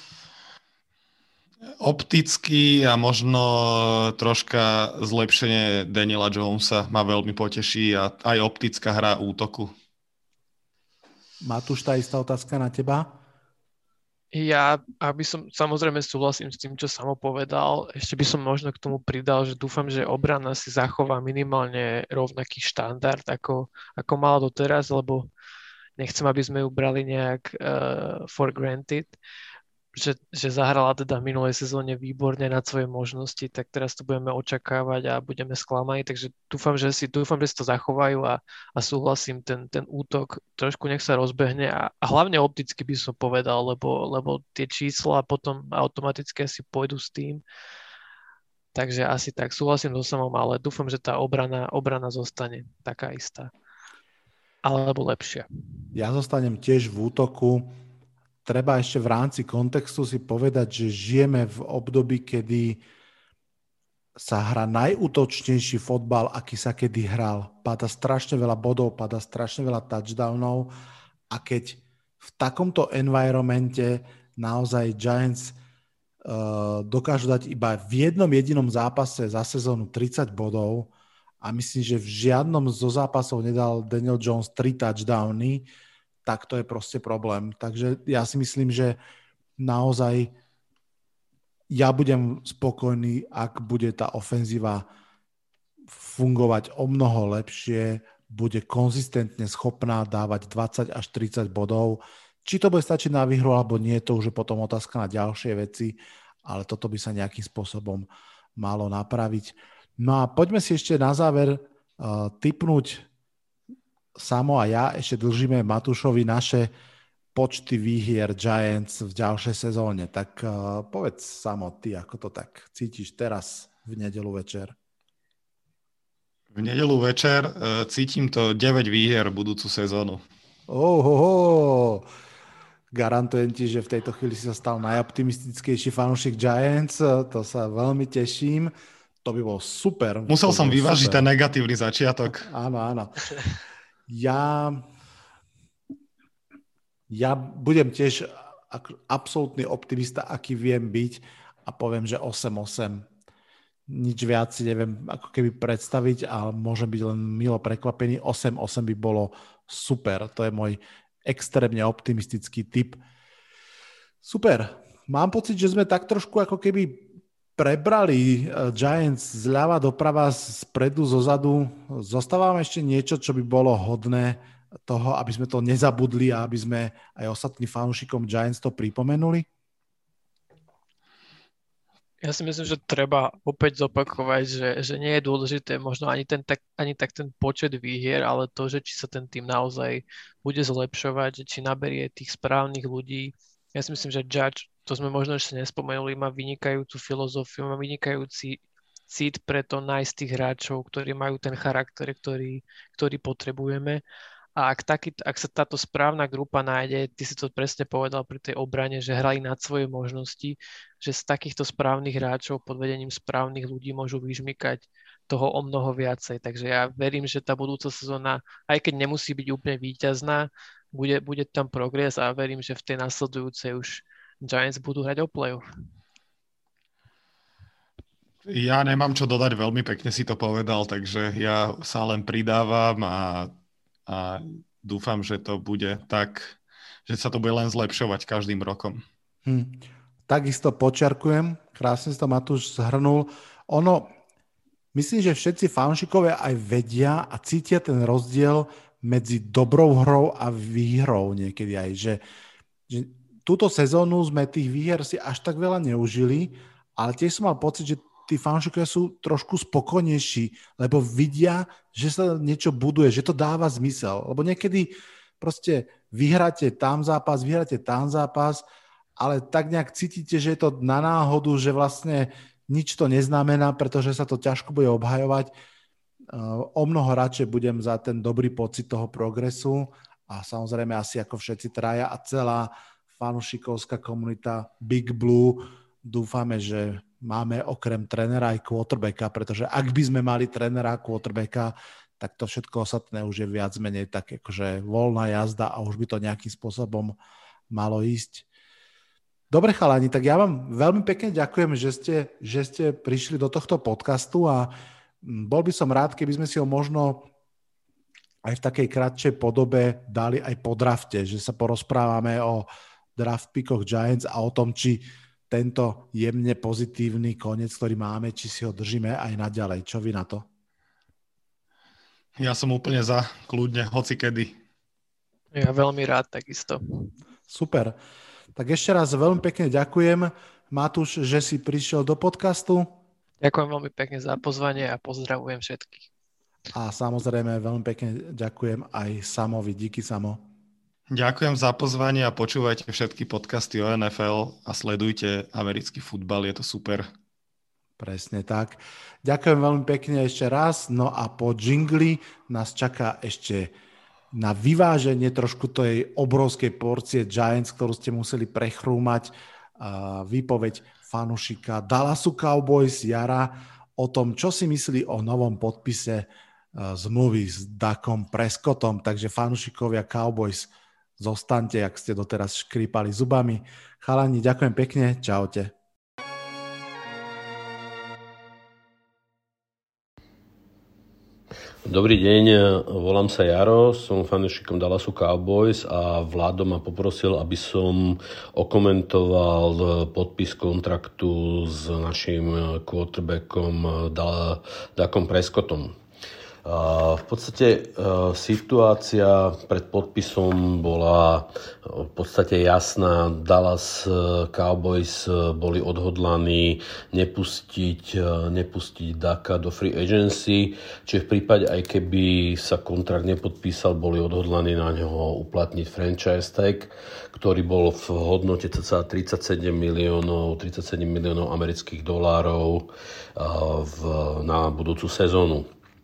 Opticky a možno troška zlepšenie Daniela Jonesa ma veľmi poteší a aj optická hra útoku. Matúš, tá istá otázka na teba? Ja, aby som, samozrejme súhlasím s tým, čo Samo povedal, ešte by som možno k tomu pridal, že dúfam, že obrana si zachová minimálne rovnaký štandard, ako, ako mala doteraz, lebo nechcem, aby sme ju brali nejak uh, for granted. že, že zahrala teda v minulej sezóne výborne nad svoje možnosti, tak teraz to budeme očakávať a budeme sklamaní, takže dúfam, že si, dúfam, že si to zachovajú a, a súhlasím, ten, ten útok trošku nech sa rozbehne a, a hlavne opticky by som povedal, lebo, lebo tie čísla potom automaticky asi pôjdu s tým. Takže asi tak, súhlasím so samom, ale dúfam, že tá obrana, obrana zostane taká istá. Alebo lepšia. Ja zostanem tiež v útoku. Treba ešte v rámci kontextu si povedať, že žijeme v období, kedy sa hrá najútočnejší fotbal, aký sa kedy hral. Páda strašne veľa bodov, páda strašne veľa touchdownov a keď v takomto environmente naozaj Giants uh, dokážu dať iba v jednom jedinom zápase za sezónu tridsať bodov a myslím, že v žiadnom zo zápasov nedal Daniel Jones tri touchdowny, tak to je proste problém. Takže ja si myslím, že naozaj ja budem spokojný, ak bude tá ofenzíva fungovať o mnoho lepšie, bude konzistentne schopná dávať dvadsať až tridsať bodov. Či to bude stačiť na výhru, alebo nie, to už je potom otázka na ďalšie veci, ale toto by sa nejakým spôsobom malo napraviť. No a poďme si ešte na záver uh, tipnúť Samo a ja ešte držíme Matúšovi naše počty výhier Giants v ďalšej sezóne. Tak uh, povedz, Samo, ty ako to tak cítiš teraz v nedeľu večer? V nedeľu večer uh, cítim to deväť výhier budúcu sezónu. Ohoho, garantujem ti, že v tejto chvíli si sa stal najoptimistickejší fanúšik Giants. To sa veľmi teším. To by bol super. Musel som vyvážiť super. ten negatívny začiatok. Áno, áno. Ja, ja budem tiež absolútny optimista, aký viem byť a poviem, že osem osem. Nič viac si neviem ako keby predstaviť a môžem byť len milo prekvapený. osem osem by bolo super. To je môj extrémne optimistický tip. Super. Mám pocit, že sme tak trošku ako keby prebrali Giants zľava doprava, spredu, zozadu. Zostáva vám ešte niečo, čo by bolo hodné toho, aby sme to nezabudli a aby sme aj ostatným fanúšikom Giants to pripomenuli? Ja si myslím, že treba opäť zopakovať, že, že nie je dôležité možno ani, ten, tak, ani tak ten počet výhier, ale to, že či sa ten tým naozaj bude zlepšovať, že či naberie tých správnych ľudí. Ja si myslím, že Judge, to sme možno ešte nespomenuli, má vynikajúcu filozofiu, má vynikajúci cít pre to nájsť tých hráčov, ktorí majú ten charakter, ktorý, ktorý potrebujeme. A ak, taký, ak sa táto správna grupa nájde, ty si to presne povedal pri tej obrane, že hrali nad svoje možnosti, že z takýchto správnych hráčov pod vedením správnych ľudí môžu vyžmykať toho o mnoho viacej. Takže ja verím, že tá budúca sezóna, aj keď nemusí byť úplne víťazná, bude, bude tam progres a verím, že v tej nasledujúcej už Giants budú hrať o playoff. Ja nemám čo dodať, veľmi pekne si to povedal, takže ja sa len pridávam a, a dúfam, že to bude tak, že sa to bude len zlepšovať každým rokom. Hm. Takisto počiarkujem, krásne si to Matúš zhrnul. Ono, myslím, že všetci fanšikovia aj vedia a cítia ten rozdiel medzi dobrou hrou a výhrou niekedy aj, že, že túto sezónu sme tých výher si až tak veľa neužili, ale tiež som mal pocit, že tí fanšikovia sú trošku spokojnejší, lebo vidia, že sa niečo buduje, že to dáva zmysel. Lebo niekedy proste vyhráte tam zápas, vyhráte tam zápas, ale tak nejak cítite, že je to na náhodu, že vlastne nič to neznamená, pretože sa to ťažko bude obhajovať. O mnoho radšej budem za ten dobrý pocit toho progresu a samozrejme asi ako všetci traja a celá fanúšikovská komunita Big Blue dúfame, že máme okrem trénera aj quarterbacka, pretože ak by sme mali trénera a quarterbacka, tak to všetko ostatné už je viac menej tak akože voľná jazda a už by to nejakým spôsobom malo ísť. Dobre chalani, tak ja vám veľmi pekne ďakujem, že ste, že ste prišli do tohto podcastu a bol by som rád, keby sme si ho možno aj v takej kratšej podobe dali aj po drafte, že sa porozprávame o draft pickoch Giants a o tom, či tento jemne pozitívny koniec, ktorý máme, či si ho držíme aj naďalej. Čo vy na to? Ja som úplne za, kľudne, hoci kedy. Ja veľmi rád takisto. Super. Tak ešte raz veľmi pekne ďakujem, Matúš, že si prišiel do podcastu. Ďakujem veľmi pekne za pozvanie a pozdravujem všetkých. A samozrejme veľmi pekne ďakujem aj Samovi. Díky, Samo. Ďakujem za pozvanie a počúvajte všetky podcasty o en ef el a sledujte americký futbal, je to super. Presne tak. Ďakujem veľmi pekne ešte raz. No a po džingli nás čaká ešte na vyváženie trošku tej obrovskej porcie Giants, ktorú ste museli prechrúmať, výpoveď fanúšika Dallasu Cowboys Jara o tom, čo si myslí o novom podpise zmluvy s Dakom Prescottom. Takže fanúšikovia Cowboys, zostaňte, ak ste doteraz škrípali zubami. Chalani, ďakujem pekne, čaute. Dobrý deň, volám sa Jaro, som fanúšikom Dallasu Cowboys a Vládo ma poprosil, aby som okomentoval podpis kontraktu s našim quarterbackom Dakom Prescottom. V podstate situácia pred podpisom bola v podstate jasná. Dallas Cowboys boli odhodlaní nepustiť, nepustiť Daka do free agency, čiže v prípade, aj keby sa kontrakt nepodpísal, boli odhodlaní na ňoho uplatniť franchise tag, ktorý bol v hodnote cca tridsaťsedem miliónov, tridsaťsedem miliónov amerických dolárov v, na budúcu sezónu.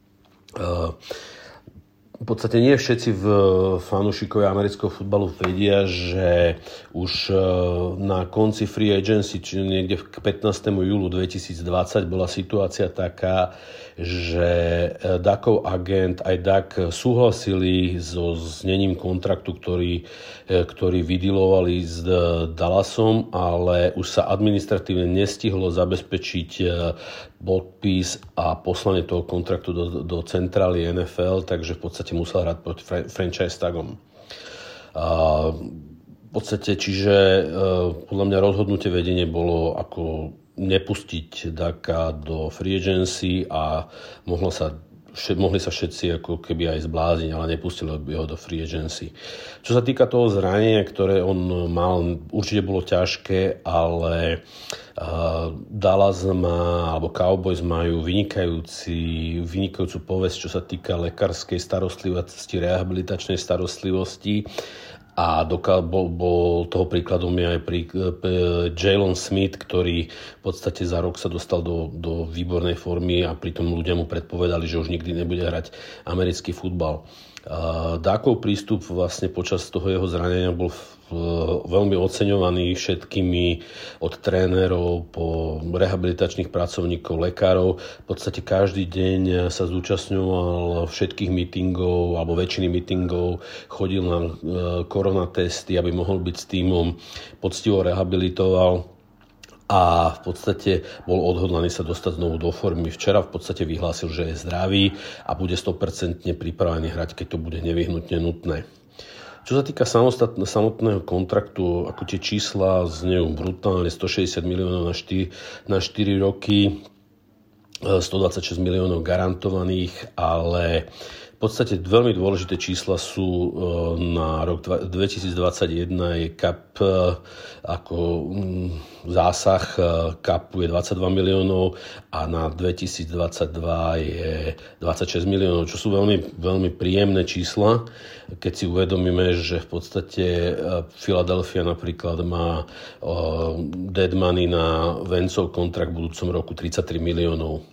V podstate nie všetci v fanúšikovia amerického futbalu vedia, že už na konci free agency, čiže niekde k pätnástemu júlu dvetisícdvadsať bola situácia taká, že Dakov agent aj Dak súhlasili so znením kontraktu, ktorý, ktorý vydilovali s Dallasom, ale už sa administratívne nestihlo zabezpečiť podpis a poslanie toho kontraktu do, do centrály en ef el, takže v podstate musel hrať pod franchise tagom. A v podstate, čiže podľa mňa rozhodnutie vedenie bolo ako nepustiť Daka do free agency a mohlo sa mohli sa všetci ako keby aj zblázniť, ale nepustili ho do free agency. Čo sa týka toho zranenia, ktoré on mal, určite bolo ťažké, ale uh, Dallas má, alebo Cowboys majú vynikajúci, vynikajúcu povesť, čo sa týka lekárskej starostlivosti, rehabilitačnej starostlivosti. A doká, bol, bol toho príkladom je aj pri, Jalen Smith, ktorý v podstate za rok sa dostal do, do výbornej formy a pritom ľudia mu predpovedali, že už nikdy nebude hrať americký futbal. Dákov prístup vlastne počas toho jeho zranenia bol veľmi oceňovaný všetkými od trénerov po rehabilitačných pracovníkov, lekárov. V podstate každý deň sa zúčastňoval všetkých meetingov alebo väčšiny meetingov, chodil na koronatesty, aby mohol byť s tímom, poctivo rehabilitoval a v podstate bol odhodlaný sa dostať znovu do formy. Včera v podstate vyhlásil, že je zdravý a bude sto percent pripravený hrať, keď to bude nevyhnutne nutné. Čo sa týka samotného kontraktu, ako tie čísla znejú brutálne, stošesťdesiat miliónov na štyri, na štyri roky, stodvadsaťšesť miliónov garantovaných, ale v podstate veľmi dôležité čísla sú na rok dvetisícdvadsaťjeden, je cap ako zásah capu je dvadsaťdva miliónov a na dvetisícdvadsaťdva je dvadsaťšesť miliónov, čo sú veľmi, veľmi príjemné čísla, keď si uvedomíme, že v podstate Philadelphia napríklad má dead money na Vencov kontrakt v budúcom roku tridsaťtri miliónov.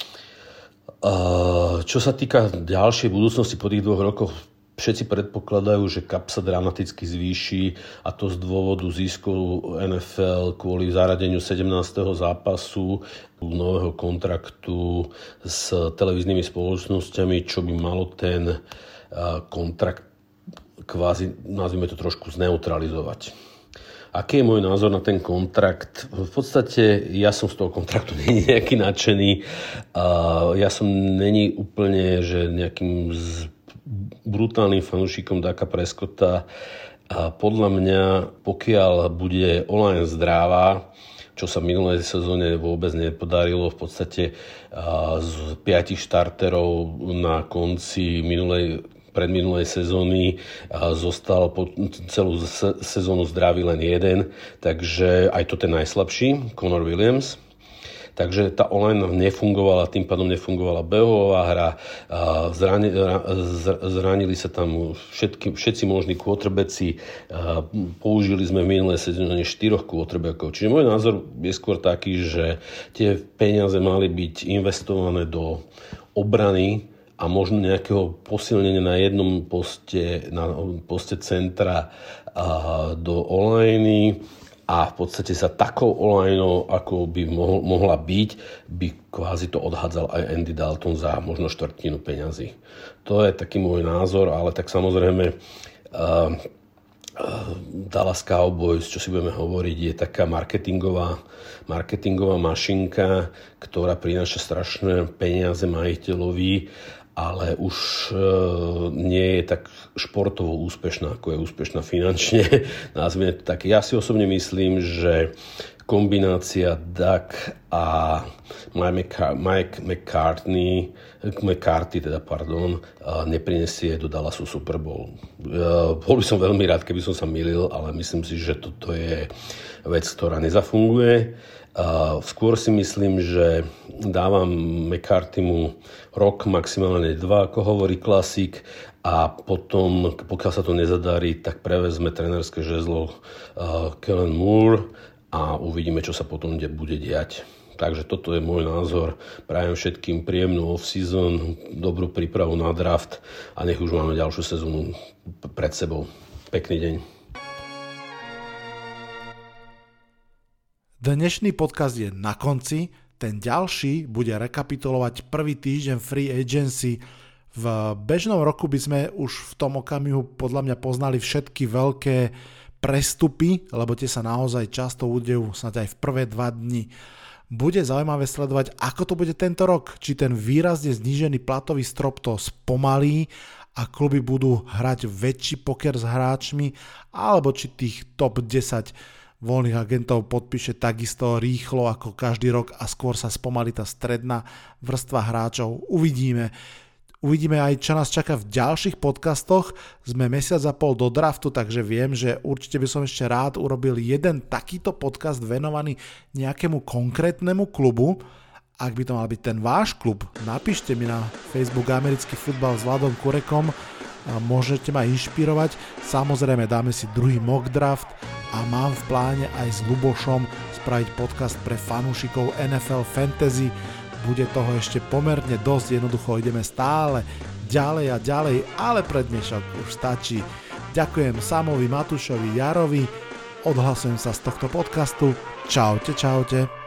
Čo sa týka ďalšej budúcnosti po tých dvoch rokoch, všetci predpokladajú, že cap sa dramaticky zvýši a to z dôvodu ziskov en ef el kvôli zaradeniu sedemnásteho zápasu nového kontraktu s televíznymi spoločnosťami, čo by malo ten kontrakt kvázi, nazvime to trošku, zneutralizovať. Aký je môj názor na ten kontrakt? V podstate ja som z toho kontraktu nie nejaký nadšený. Ja som není úplne, že nejakým brutálnym fanúšikom Daka Prescotta. Podľa mňa, pokiaľ bude online zdravá, čo sa v minulej sezóne vôbec nepodarilo, v podstate z piatich štarterov na konci minulej predminulej sezóny zostal po celú sezónu zdravý len jeden, takže aj to ten najslabší, Connor Williams. Takže tá online nefungovala, tým pádom nefungovala behová hra, zrani, zranili sa tam všetky, všetci možní quarterbacki, použili sme v minulej sezóne štyroch quarterbackov. Čiže môj názor je skôr taký, že tie peniaze mali byť investované do obrany a možno nejakého posilnenia na jednom poste, na poste centra do online. A v podstate sa takou online, ako by mohol, mohla byť, by kvázi to odhádzal aj Andy Dalton za možno štvrtinu peňazí. To je taký môj názor, ale tak samozrejme uh, uh, Dallas Cowboys, čo si budeme hovoriť, je taká marketingová, marketingová mašinka, ktorá prináša strašné peniaze majiteľovi, ale už e, nie je tak športovo úspešná, ako je úspešná finančne. Nazvime to tak. Ja si osobne myslím, že kombinácia Dak a Mike McCartney, McCarthy, teda pardon, neprinesie do Dallasu Super Bowl. Bol by som veľmi rád, keby som sa mýlil, ale myslím si, že toto je vec, ktorá nezafunguje. Uh, skôr si myslím, že dávam McCarthymu rok, maximálne dva, ako hovorí klasik, a potom, pokiaľ sa to nezadarí, tak prevezme trénerské žezlo uh, Kellen Moore a uvidíme, čo sa potom de- bude diať. Takže toto je môj názor. Prajem všetkým príjemnú off-season, dobrú prípravu na draft a nech už máme ďalšiu sezónu pred sebou. Pekný deň. Dnešný podcast je na konci, ten ďalší bude rekapitulovať prvý týždeň free agency. V bežnom roku by sme už v tom okamihu podľa mňa poznali všetky veľké prestupy, lebo tie sa naozaj často udejú snáď aj v prvé dva dni. Bude zaujímavé sledovať, ako to bude tento rok, či ten výrazne znížený platový strop to spomalí a kluby budú hrať väčší poker s hráčmi, alebo či tých top desať voľných agentov podpíše takisto rýchlo ako každý rok a skôr sa spomalí tá stredná vrstva hráčov. Uvidíme. Uvidíme aj, čo nás čaká v ďalších podcastoch. Sme mesiac a pol do draftu, takže viem, že určite by som ešte rád urobil jeden takýto podcast venovaný nejakému konkrétnemu klubu. Ak by to mal byť ten váš klub, napíšte mi na Facebook Americký futbal s Vladom Kurekom. Môžete ma inšpirovať. Samozrejme dáme si druhý mock draft a mám v pláne aj s Lubošom spraviť podcast pre fanúšikov en ef el Fantasy. Bude toho ešte pomerne dosť, jednoducho ideme stále ďalej a ďalej, ale pre dnešok už stačí. Ďakujem Samovi, Matúšovi, Jarovi, odhlasujem sa z tohto podcastu. Čaute, čaute.